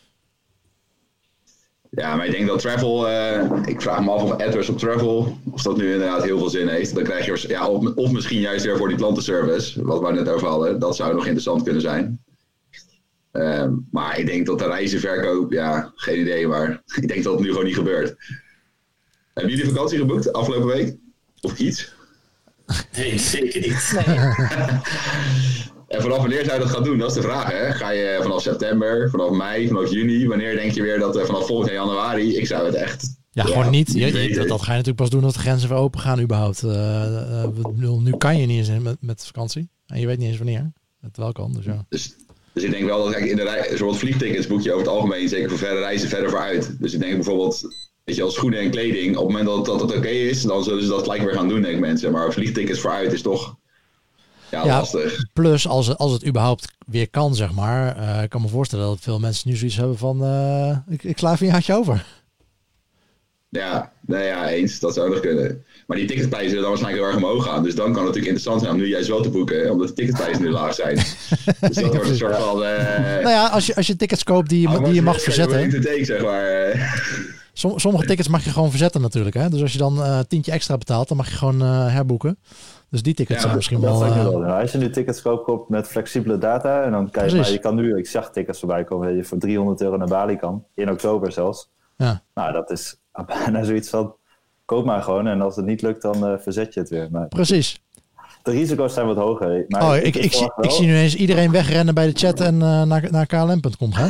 Ja, maar ik denk dat travel... ik vraag me af of AdWords op travel... of dat nu inderdaad heel veel zin heeft. Dan krijg je... of misschien juist weer voor die klantenservice... wat we net over hadden. Dat zou nog interessant kunnen zijn. Maar ik denk dat de reizenverkoop... Ja, geen idee, maar... ik denk dat het nu gewoon niet gebeurt. Hebben jullie vakantie geboekt afgelopen week? Of iets? Nee, zeker niet. Nee. En vanaf wanneer zou je dat gaan doen? Dat is de vraag, hè? Ga je vanaf september, vanaf mei, vanaf juni? Wanneer denk je weer dat vanaf volgend jaar januari? Ik zou het echt... Ja, gewoon niet. Dat ga je natuurlijk pas doen als de grenzen weer open gaan überhaupt. Nu kan je niet eens met vakantie. En je weet niet eens wanneer. Het wel kan, dus ja. Dus ik denk wel dat in de soort vliegtickets boek je over het algemeen, zeker voor verre reizen, verder vooruit. Dus ik denk bijvoorbeeld, weet je, als schoenen en kleding, op het moment dat het oké is, dan zullen ze dat gelijk weer gaan doen, denk ik mensen. Maar vliegtickets vooruit is toch... Ja, lastig. Plus als het überhaupt weer kan, zeg maar. Ik kan me voorstellen dat veel mensen nu zoiets hebben van... ik sla even een jaartje over. Ja, eens. Dat zou nog kunnen. Maar die ticketprijzen zullen dan waarschijnlijk heel erg omhoog gaan. Dus dan kan het natuurlijk interessant zijn om nu juist wel te boeken. Omdat de ticketprijzen nu laag zijn. Dus dat wordt een soort van... Nou ja, als je tickets koopt die je mag verzetten... zeg maar. Sommige tickets mag je gewoon verzetten natuurlijk. Hè? Dus als je dan tientje extra betaalt, dan mag je gewoon herboeken. Dus die tickets zijn misschien wel... Als je nu tickets koopt met flexibele data... en dan kan je kan nu... Ik zag tickets voorbij komen... dat je voor €300 naar Bali kan. In oktober zelfs. Ja. Nou, dat is bijna zoiets van... koop maar gewoon. En als het niet lukt, dan verzet je het weer. Maar precies. De risico's zijn wat hoger. Maar ik zie nu eens iedereen wegrennen bij de chat... en naar klm.com gaan.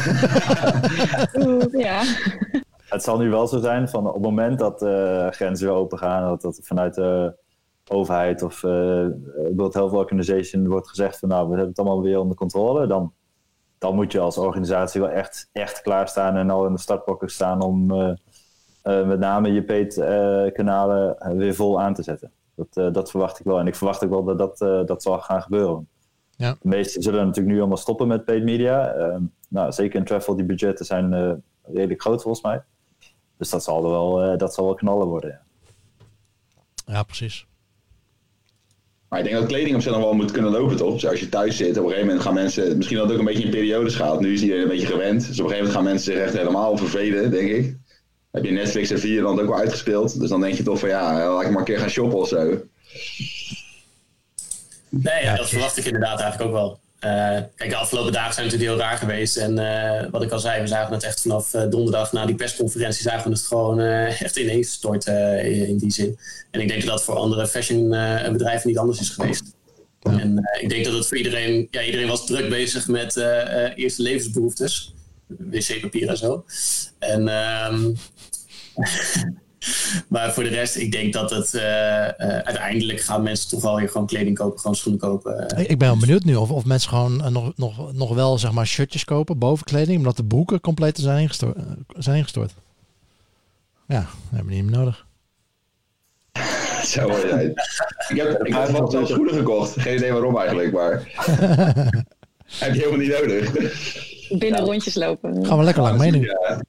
Ja. Het zal nu wel zo zijn van op het moment dat grenzen weer open gaan... dat vanuit de overheid of World Health Organization wordt gezegd van... nou, we hebben het allemaal weer onder controle... dan moet je als organisatie wel echt klaarstaan en al in de startblokken staan... om met name je paid kanalen weer vol aan te zetten. Dat verwacht ik wel. En ik verwacht ook wel dat zal gaan gebeuren. Ja. De meesten zullen natuurlijk nu allemaal stoppen met paid media. Nou, zeker in travel, die budgetten zijn redelijk groot volgens mij. Dus dat zal wel knallen worden. Ja, ja, precies. Maar ik denk dat kleding op zich nog wel moet kunnen lopen, toch? Dus als je thuis zit, op een gegeven moment gaan mensen... Misschien dat het ook een beetje in periodes gaat. Nu is iedereen een beetje gewend. Dus op een gegeven moment gaan mensen zich echt helemaal vervelen, denk ik. Heb je Netflix en Videoland ook wel uitgespeeld. Dus dan denk je toch van laat ik maar een keer gaan shoppen of zo. Nee, ja, dat verwacht ik inderdaad eigenlijk ook wel. Kijk, de afgelopen dagen zijn natuurlijk heel raar geweest. En wat ik al zei, we zagen het echt vanaf donderdag na die persconferentie... zagen we het gewoon echt ineens stort in die zin. En ik denk dat dat voor andere fashion bedrijven niet anders is geweest. Ja. En ik denk dat het voor iedereen... Ja, iedereen was druk bezig met eerste levensbehoeftes. Wc-papier en zo. En... Maar voor de rest, ik denk dat het uiteindelijk gaan mensen toch wel weer gewoon kleding kopen, gewoon schoenen kopen. Ik ben wel benieuwd nu of mensen gewoon nog wel zeg maar shirtjes kopen boven kleding, omdat de broeken compleet zijn ingestort. Ja, dat hebben we niet meer nodig. Zo mooi zijn. Ik heb wat schoenen gekocht. Geen idee waarom eigenlijk, maar heb je helemaal niet nodig. Binnen rondjes lopen. Gaan we lekker lang mee nu. Ja.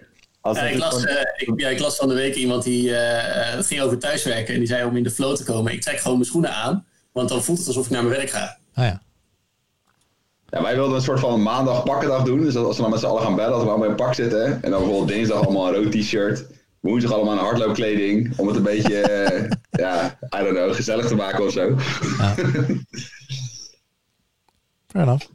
Ik las van de week iemand die het ging over thuiswerken en die zei om in de flow te komen, ik trek gewoon mijn schoenen aan, want dan voelt het alsof ik naar mijn werk ga. Ah ja. Ja, wij wilden een soort van maandag pakkendag doen, dus als we dan met z'n allen gaan bellen, dat we allemaal in een pak zitten en dan bijvoorbeeld dinsdag allemaal een rood t-shirt, woensdag allemaal een hardloopkleding, om het een beetje, I don't know, gezellig te maken of zo. Ja. Fair enough.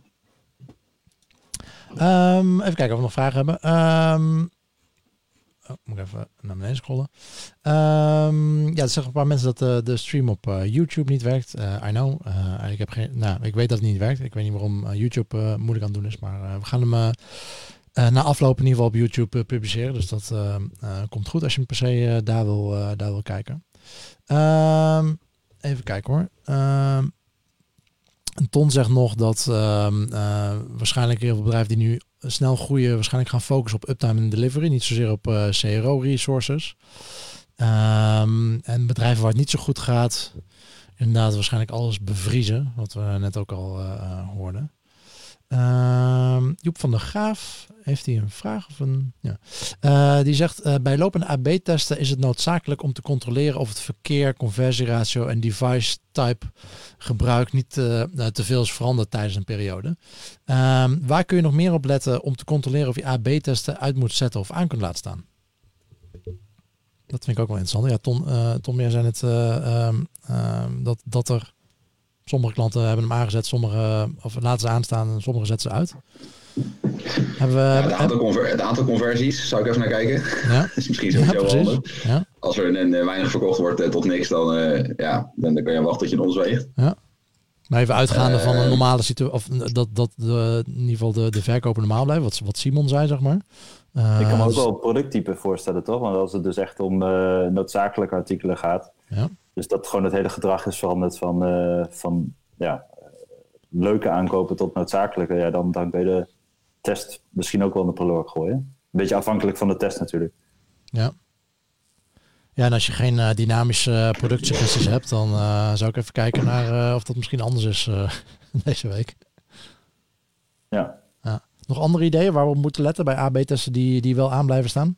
Even kijken of we nog vragen hebben. Moet ik even naar beneden scrollen. Er zeggen een paar mensen dat de stream op YouTube niet werkt. I know. Ik weet dat het niet werkt. Ik weet niet waarom YouTube moeilijk aan het doen is. Maar we gaan hem na afloop in ieder geval op YouTube publiceren. Dus dat komt goed als je hem per se daar wil kijken. Even kijken hoor. Ton zegt nog dat waarschijnlijk heel veel bedrijven die nu snel groeien, waarschijnlijk gaan focussen op uptime en delivery. Niet zozeer op CRO resources. En bedrijven waar het niet zo goed gaat, inderdaad waarschijnlijk alles bevriezen. Wat we net ook al hoorden. Joep van der Graaf, heeft hij een vraag? Of een, ja. Die zegt, bij lopende AB-testen is het noodzakelijk om te controleren of het verkeer, conversieratio en device type gebruik niet te veel is veranderd tijdens een periode. Waar kun je nog meer op letten om te controleren of je AB-testen uit moet zetten of aan kunt laten staan? Dat vind ik ook wel interessant. Ja, Tom, jij zei het dat er sommige klanten hebben hem aangezet, sommige of laten ze aanstaan en sommige zetten ze uit. Het aantal conversies zou ik even naar kijken. Ja. Dat is misschien sowieso handig. Ja. Als er weinig verkocht wordt tot niks, dan kan je wachten tot je een ons weegt. Ja. Maar even uitgaande van een normale situatie, of dat in ieder geval de verkoper normaal blijft, wat Simon zei, zeg maar. Ik kan me ook wel een producttype voorstellen, toch? Want als het dus echt om noodzakelijke artikelen gaat, dus dat gewoon het hele gedrag is veranderd van leuke aankopen tot noodzakelijke, dan kun je de test misschien ook wel in de proloog gooien. Een beetje afhankelijk van de test natuurlijk. Ja. Ja, en als je geen dynamische productsuggesties hebt, dan zou ik even kijken naar of dat misschien anders is deze week. Ja. Nog andere ideeën waar we op moeten letten bij AB-testen die wel aan blijven staan?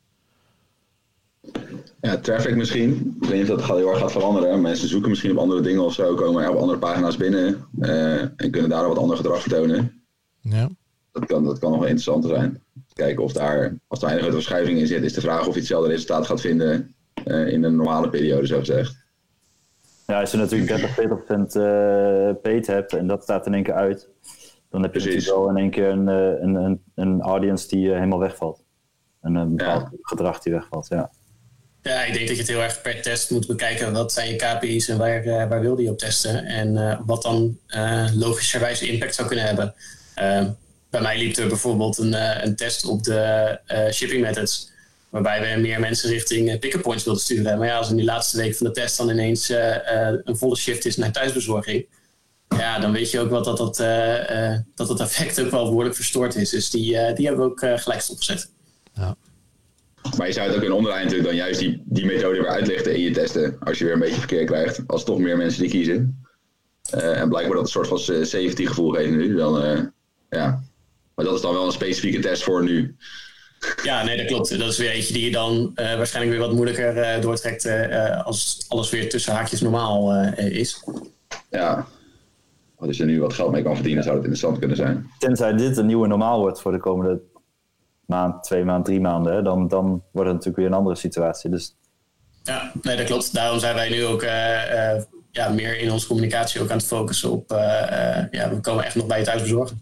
Ja, traffic misschien. Ik weet niet of dat heel erg gaat veranderen. Mensen zoeken misschien op andere dingen of zo, komen op andere pagina's binnen en kunnen daar wat ander gedrag vertonen. Ja. Dat kan nog wel interessanter zijn. Kijken of als daar enige verschuiving in zit, is de vraag of je hetzelfde resultaat gaat vinden in een normale periode, zo gezegd. Ja, als je natuurlijk 30-40% paid hebt en dat staat in één keer uit, dan heb je natuurlijk wel in één keer een audience die helemaal wegvalt. En een bepaald gedrag die wegvalt, ja. Ja, ik denk dat je het heel erg per test moet bekijken. Wat zijn je KPI's en waar wil je op testen? En wat dan logischerwijs impact zou kunnen hebben. Bij mij liep er bijvoorbeeld een test op de shipping methods, waarbij we meer mensen richting pick-up points wilden sturen. Maar ja, als in die laatste week van de test dan ineens een volle shift is naar thuisbezorging, ja, dan weet je ook wel dat het effect ook wel behoorlijk verstoord is. Dus die hebben we ook gelijk stopgezet. Ja. Maar je zou het ook kunnen omdraaien natuurlijk dan juist die methode weer uitlichten in je testen. Als je weer een beetje verkeer krijgt. Als toch meer mensen die kiezen. En blijkbaar dat een soort van safety gevoel geeft nu. Dan, maar dat is dan wel een specifieke test voor nu. Ja, nee, dat klopt. Dat is weer eentje die je dan waarschijnlijk weer wat moeilijker doortrekt als alles weer tussen haakjes normaal is. Ja. Als je er nu wat geld mee kan verdienen, zou het interessant kunnen zijn. Tenzij dit een nieuwe normaal wordt voor de komende maand, 2 maanden, 3 maanden, hè, dan wordt het natuurlijk weer een andere situatie. Dus... Ja, nee, dat klopt. Daarom zijn wij nu ook meer in onze communicatie ook aan het focussen op... we komen echt nog bij je thuis bezorgen.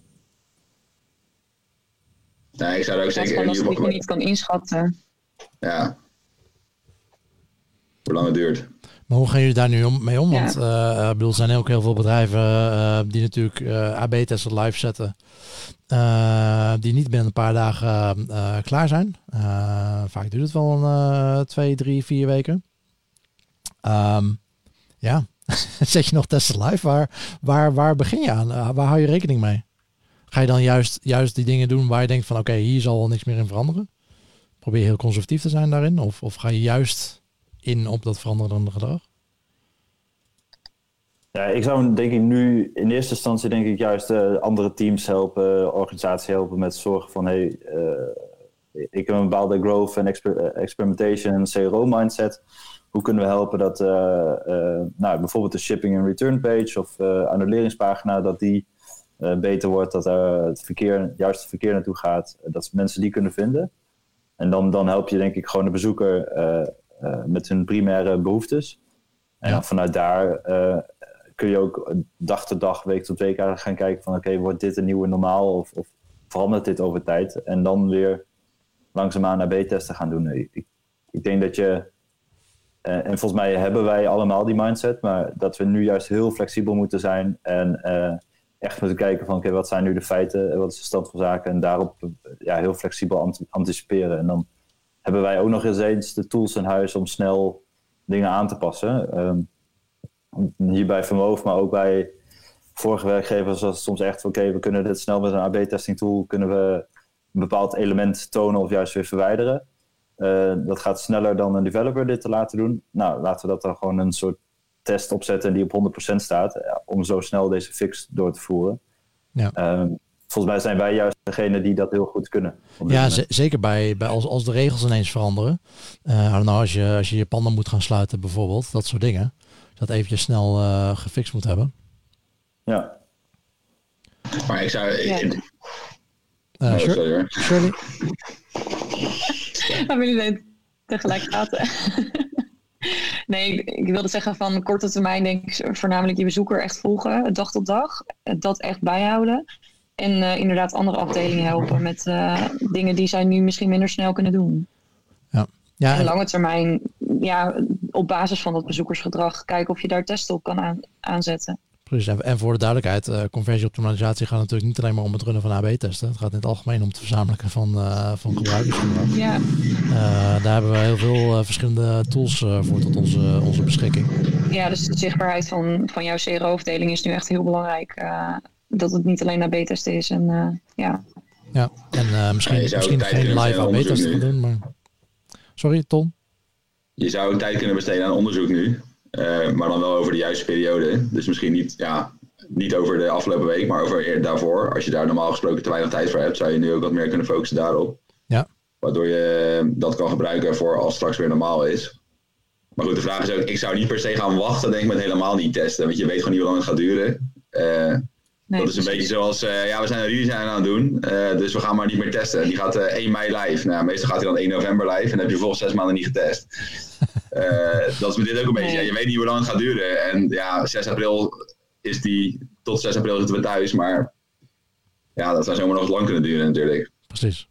Nee, ik zou er ook zeker... Als je niet kan inschatten. Ja. Hoe lang het duurt. Maar hoe gaan jullie daar nu mee om? Want er zijn ook heel veel bedrijven die natuurlijk AB-testen live zetten. Die niet binnen een paar dagen klaar zijn. Vaak duurt het wel 2, 3, 4 weken. Zet je nog testen live? Waar begin je aan? Waar hou je rekening mee? Ga je dan juist die dingen doen waar je denkt van oké, hier zal wel niks meer in veranderen? Probeer je heel conservatief te zijn daarin? Of ga je juist in op dat veranderende gedrag? Ja, ik zou denk ik nu in eerste instantie juist andere teams helpen, organisaties helpen met zorgen van ik heb een bepaalde growth en experimentation en CRO mindset. Hoe kunnen we helpen dat bijvoorbeeld de shipping and return page of annuleringspagina, dat die beter wordt, dat het verkeer naartoe gaat, dat mensen die kunnen vinden. En dan help je denk ik gewoon de bezoeker met hun primaire behoeftes. En dan vanuit daar kun je ook dag tot dag, week tot week gaan kijken van oké, wordt dit een nieuwe normaal of verandert dit over tijd? En dan weer langzaamaan AB-testen gaan doen. Ik denk dat je, en volgens mij hebben wij allemaal die mindset, maar dat we nu juist heel flexibel moeten zijn en echt moeten kijken van, oké, wat zijn nu de feiten, wat is de stand van zaken en daarop heel flexibel anticiperen. En dan hebben wij ook nog eens de tools in huis om snel dingen aan te passen. Hier bij Vermoof, maar ook bij vorige werkgevers was het soms echt, oké, we kunnen dit snel met een AB-testing tool, kunnen we een bepaald element tonen of juist weer verwijderen. Dat gaat sneller dan een developer dit te laten doen. Nou, laten we dat dan gewoon een soort test opzetten die op 100% staat, om zo snel deze fix door te voeren. Ja. Volgens mij zijn wij juist degene die dat heel goed kunnen. Ja, zeker bij als de regels ineens veranderen. Als je panden moet gaan sluiten bijvoorbeeld, dat soort dingen. Dat eventjes snel gefixt moet hebben. Ja. Maar ik zou... Shirley? Dan willen jullie tegelijk praten. Nee, ik wilde zeggen van korte termijn denk ik voornamelijk je bezoeker echt volgen, dag tot dag. Dat echt bijhouden. En inderdaad andere afdelingen helpen met dingen die zij nu misschien minder snel kunnen doen. Ja, en lange termijn, op basis van dat bezoekersgedrag kijken of je daar testen op kan aanzetten. Precies, en voor de duidelijkheid, conversieoptimalisatie gaat natuurlijk niet alleen maar om het runnen van AB-testen. Het gaat in het algemeen om het verzamelen van gebruikersgedrag. Ja. Daar hebben we heel veel verschillende tools voor tot onze beschikking. Ja, dus de zichtbaarheid van jouw CRO-afdeling is nu echt heel belangrijk. Dat het niet alleen AB-testen is. En misschien geen live AB-testen gaan doen, maar... Sorry, Ton? Je zou tijd kunnen besteden aan onderzoek nu. Maar dan wel over de juiste periode. Dus misschien niet over de afgelopen week, maar over daarvoor. Als je daar normaal gesproken te weinig tijd voor hebt, zou je nu ook wat meer kunnen focussen daarop. Ja. Waardoor je dat kan gebruiken voor als het straks weer normaal is. Maar goed, de vraag is ook, ik zou niet per se gaan wachten, denk ik, met helemaal niet testen. Want je weet gewoon niet hoe lang het gaat duren. Dat is een beetje zoals, we zijn een redesign aan het doen, dus we gaan maar niet meer testen. Die gaat 1 mei live. Nou, meestal gaat hij dan 1 november live en dan heb je vervolgens 6 maanden niet getest. Dat is met dit ook een beetje. Je weet niet hoe lang het gaat duren. En 6 april is tot 6 april zitten we thuis, maar dat zou zomaar nog lang kunnen duren natuurlijk. Precies.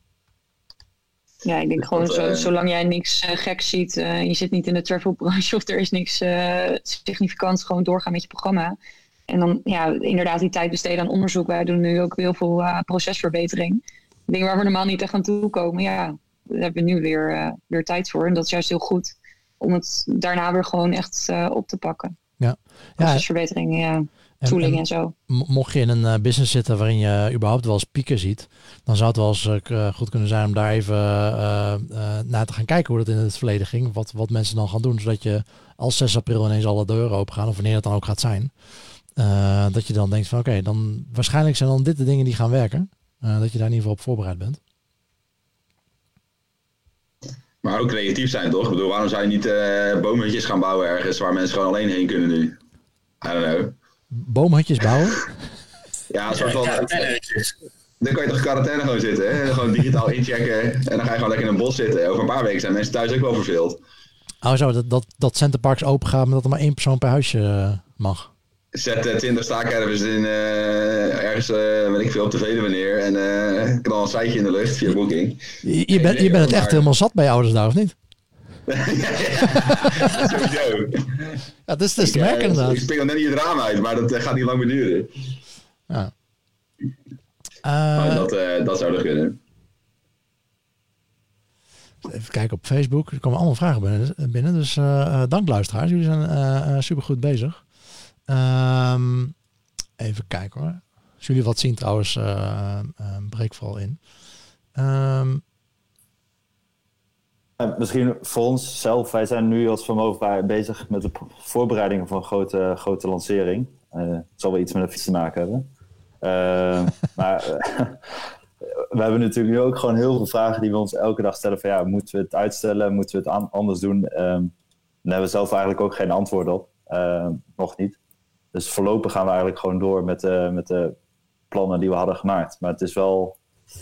Ja, ik denk gewoon zolang jij niks geks ziet, je zit niet in de travelbranche of er is niks significants, gewoon doorgaan met je programma. En dan inderdaad die tijd besteden aan onderzoek. Wij doen nu ook heel veel procesverbetering. Dingen waar we normaal niet echt aan toe komen. Daar hebben we nu weer tijd voor. En dat is juist heel goed om het daarna weer gewoon echt op te pakken. Ja. Procesverbetering, tooling en zo. Mocht je in een business zitten waarin je überhaupt wel eens pieken ziet, dan zou het wel eens goed kunnen zijn om daar even naar te gaan kijken hoe dat in het verleden ging. Wat mensen dan gaan doen, zodat je als 6 april ineens alle deuren open gaan, of wanneer dat dan ook gaat zijn. Dat je dan denkt van oké, dan waarschijnlijk zijn dan dit de dingen die gaan werken. Dat je daar in ieder geval op voorbereid bent. Maar ook creatief zijn, toch? Ik bedoel, waarom zou je niet boomhutjes gaan bouwen ergens waar mensen gewoon alleen heen kunnen nu? I don't know. Boomhutjes bouwen? Ja, een soort van... Dan kan je toch in quarantaine gewoon zitten, hè? Gewoon digitaal inchecken en dan ga je gewoon lekker in een bos zitten. Over een paar weken zijn mensen thuis ook wel verveeld. Oh zo, dat Centerparks open gaat, maar dat er maar 1 persoon per huisje mag. Zet 20 staakervers in ergens, weet ik veel, op de Veluwe neer en knal een siteje in de lucht via Booking. Je bent het echt helemaal zat bij je ouders daar, of niet? Sowieso. Ja, dat is te merken inderdaad. Ik spring dan net niet het raam uit, maar dat gaat niet lang meer duren. Ja. Dat zou er kunnen. Even kijken op Facebook. Er komen allemaal vragen binnen. Dus dank luisteraars. Jullie zijn supergoed bezig. Even kijken hoor. Als jullie wat zien trouwens, breek vooral in. Misschien voor ons zelf, wij zijn nu als Vermoof bezig met de voorbereidingen van een grote lancering. Het zal wel iets met een fiets te maken hebben. Maar we hebben natuurlijk nu ook gewoon heel veel vragen die we ons elke dag stellen van moeten we het uitstellen, moeten we het anders doen? Daar hebben we zelf eigenlijk ook geen antwoord op. Nog niet. Dus voorlopig gaan we eigenlijk gewoon door met de plannen die we hadden gemaakt. Maar het is wel...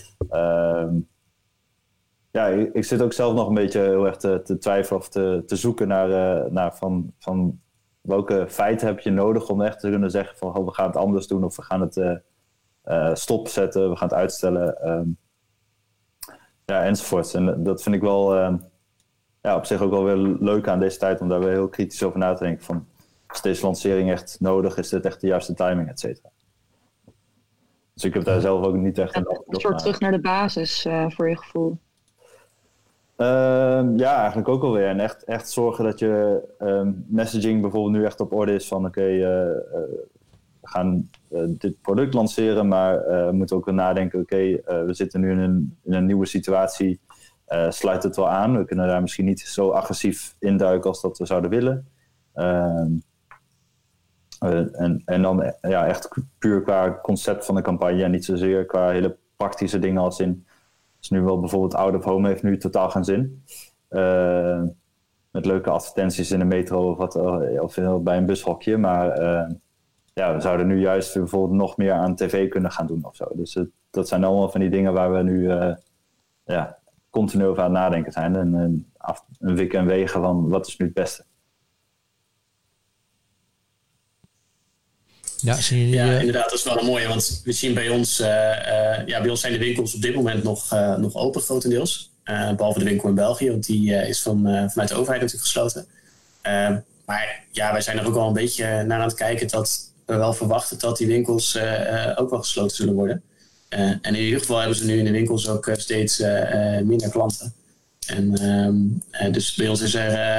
ik zit ook zelf nog een beetje heel erg te twijfelen of te zoeken naar van welke feiten heb je nodig om echt te kunnen zeggen van we gaan het anders doen of we gaan het stopzetten, we gaan het uitstellen. Enzovoort. En dat vind ik wel op zich ook wel weer leuk aan deze tijd om daar weer heel kritisch over na te denken van is deze lancering echt nodig, is dit echt de juiste timing, et cetera. Dus ik heb daar zelf ook niet echt een soort terug naar de basis voor je gevoel. Ja, eigenlijk ook alweer. En echt zorgen dat je messaging bijvoorbeeld nu echt op orde is van we gaan dit product lanceren, maar we moeten ook weer nadenken, we zitten nu in een nieuwe situatie. Sluit het wel aan. We kunnen daar misschien niet zo agressief induiken als dat we zouden willen. En dan echt puur qua concept van de campagne en niet zozeer qua hele praktische dingen als in... Dus nu wel bijvoorbeeld out of home heeft nu totaal geen zin. Met leuke advertenties in de metro of bij een bushokje. Maar we zouden nu juist bijvoorbeeld nog meer aan tv kunnen gaan doen of zo. Dus dat zijn allemaal van die dingen waar we nu continu over aan het nadenken zijn. En een wikken en wegen van wat is nu het beste. Ja, zie je inderdaad, dat is wel een mooie. Want we zien bij ons, bij ons zijn de winkels op dit moment nog open grotendeels. Behalve de winkel in België, want die is vanuit de overheid natuurlijk gesloten. Maar wij zijn er ook wel een beetje naar aan het kijken dat we wel verwachten dat die winkels ook wel gesloten zullen worden. En in ieder geval hebben ze nu in de winkels ook steeds minder klanten. En dus bij ons is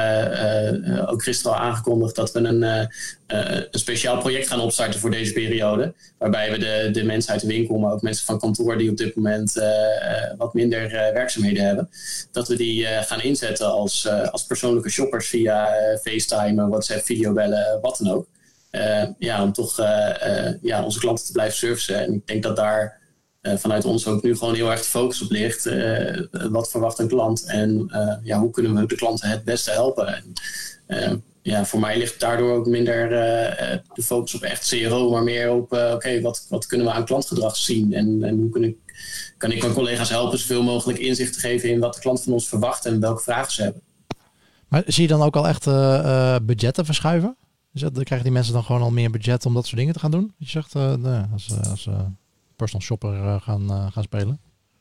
er ook gisteren al aangekondigd dat we een speciaal project gaan opstarten voor deze periode. Waarbij we de mensen uit de winkel, maar ook mensen van kantoor die op dit moment wat minder werkzaamheden hebben. Dat we die gaan inzetten als persoonlijke shoppers via FaceTime, WhatsApp, videobellen, wat dan ook. Om toch onze klanten te blijven servicen. En ik denk dat daar vanuit ons ook nu gewoon heel erg de focus op ligt. Wat verwacht een klant en hoe kunnen we de klanten het beste helpen? En, voor mij ligt daardoor ook minder de focus op echt CRO, maar meer op wat kunnen we aan klantgedrag zien? En hoe kan ik mijn collega's helpen zoveel mogelijk inzicht te geven in wat de klant van ons verwacht en welke vragen ze hebben. Maar zie je dan ook al echt budgetten verschuiven? Dus dan krijgen die mensen dan gewoon al meer budget om dat soort dingen te gaan doen? Je zegt als personal shopper gaan spelen?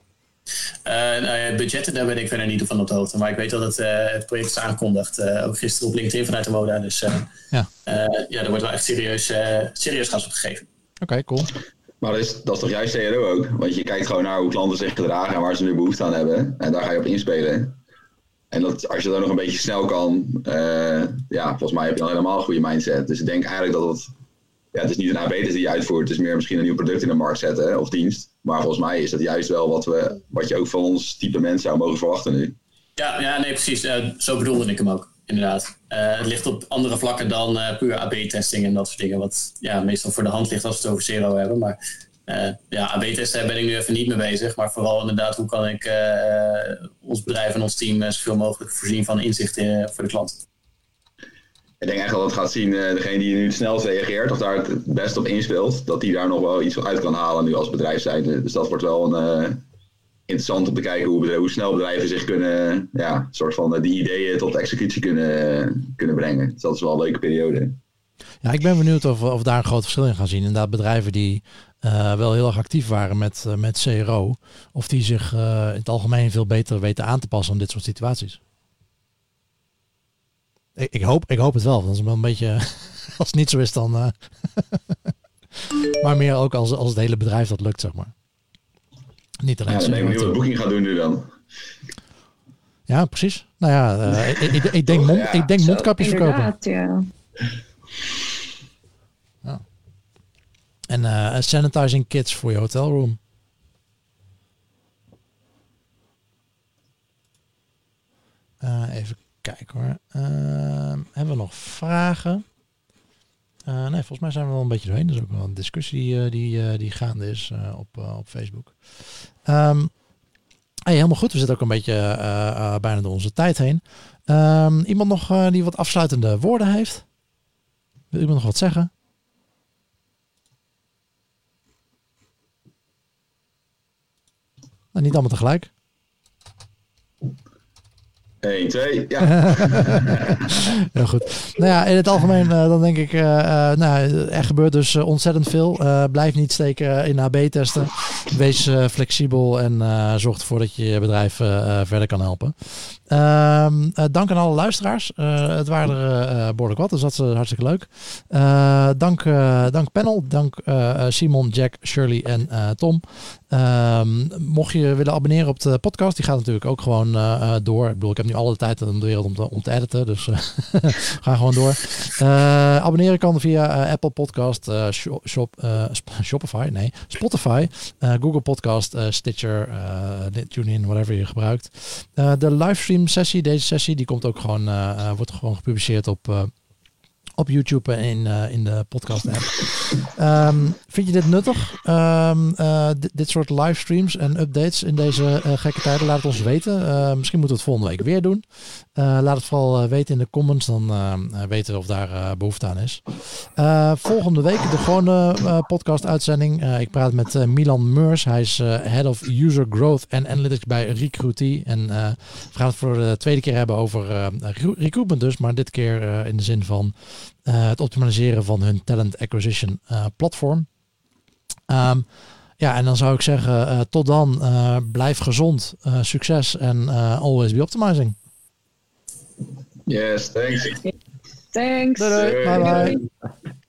Budgetten, daar ben ik verder niet van op de hoogte. Maar ik weet dat het project is aangekondigd. Ook gisteren op LinkedIn vanuit de Moda. Dus er wordt wel echt serieus gas op gegeven. Oké, cool. Maar dat is toch juist CRO ook? Want je kijkt gewoon naar hoe klanten zich gedragen en waar ze nu behoefte aan hebben. En daar ga je op inspelen. En als je dat nog een beetje snel kan, volgens mij heb je dan helemaal een goede mindset. Dus ik denk eigenlijk dat het is niet een AB-test die je uitvoert. Het is meer misschien een nieuw product in de markt zetten of dienst. Maar volgens mij is dat juist wel wat je ook van ons type mensen zou mogen verwachten nu. Ja, nee, precies. Zo bedoelde ik hem ook, inderdaad. Het ligt op andere vlakken dan puur AB-testing en dat soort dingen. Wat meestal voor de hand ligt als we het over CRO hebben. Maar AB-testen ben ik nu even niet mee bezig. Maar vooral inderdaad, hoe kan ik ons bedrijf en ons team zoveel mogelijk voorzien van inzichten voor de klant. Ik denk echt dat het gaat zien, degene die nu het snelst reageert of daar het best op inspeelt, dat die daar nog wel iets uit kan halen nu als bedrijf zijnde. Dus dat wordt wel interessant om te kijken hoe snel bedrijven zich kunnen, soort van die ideeën tot executie kunnen brengen. Dus dat is wel een leuke periode. Ja, ik ben benieuwd of daar een groot verschil in gaan zien. Inderdaad, bedrijven die wel heel erg actief waren met CRO, of die zich in het algemeen veel beter weten aan te passen aan dit soort situaties. Ik hoop het wel. Dat is wel een beetje, als het niet zo is dan... maar meer ook als het hele bedrijf dat lukt, zeg maar. Niet alleen dan ben ik benieuwd wat Booking gaat doen nu dan. Ja, precies. Nou ja, ik denk mondkapjes verkopen. Ja. En sanitizing kits voor je hotelroom. Even kijken hoor. Hebben we nog vragen? Nee, volgens mij zijn we wel een beetje doorheen. Er is ook wel een discussie die gaande is op Facebook. Helemaal goed. We zitten ook een beetje bijna door onze tijd heen. Iemand nog die wat afsluitende woorden heeft? Wil iemand nog wat zeggen? Nou, niet allemaal tegelijk. 1, 2, ja. Heel goed. Nou ja, in het algemeen dan denk ik, er gebeurt dus ontzettend veel. Blijf niet steken in AB-testen. Wees flexibel en zorg ervoor dat je je bedrijf verder kan helpen. Dank aan alle luisteraars. Het waren er behoorlijk wat, dus dat is hartstikke leuk. Dank panel. Dank Simon, Jack, Shirley en Tom. Mocht je willen abonneren op de podcast, die gaat natuurlijk ook gewoon door. Ik bedoel, ik heb nu alle tijd in de wereld om te editen, dus ga gewoon door. Abonneren kan via Apple Podcast, Spotify, Google Podcast, Stitcher, TuneIn, whatever je gebruikt. De livestream sessie, deze sessie, die komt ook gewoon, wordt gewoon gepubliceerd op YouTube en in de podcast app. Vind je dit nuttig? Dit soort livestreams en updates in deze gekke tijden? Laat het ons weten. Misschien moeten we het volgende week weer doen. Laat het vooral weten in de comments. Dan weten we of daar behoefte aan is. Volgende week de gewone podcast uitzending. Ik praat met Milan Meurs. Hij is Head of User Growth and Analytics bij Recruitee. En we gaan het voor de tweede keer hebben over recruitment dus. Maar dit keer in de zin van het optimaliseren van hun talent acquisition platform. En dan zou ik zeggen, tot dan. Blijf gezond, succes en always be optimizing. Yes, thanks. Thanks. Doei. Bye bye.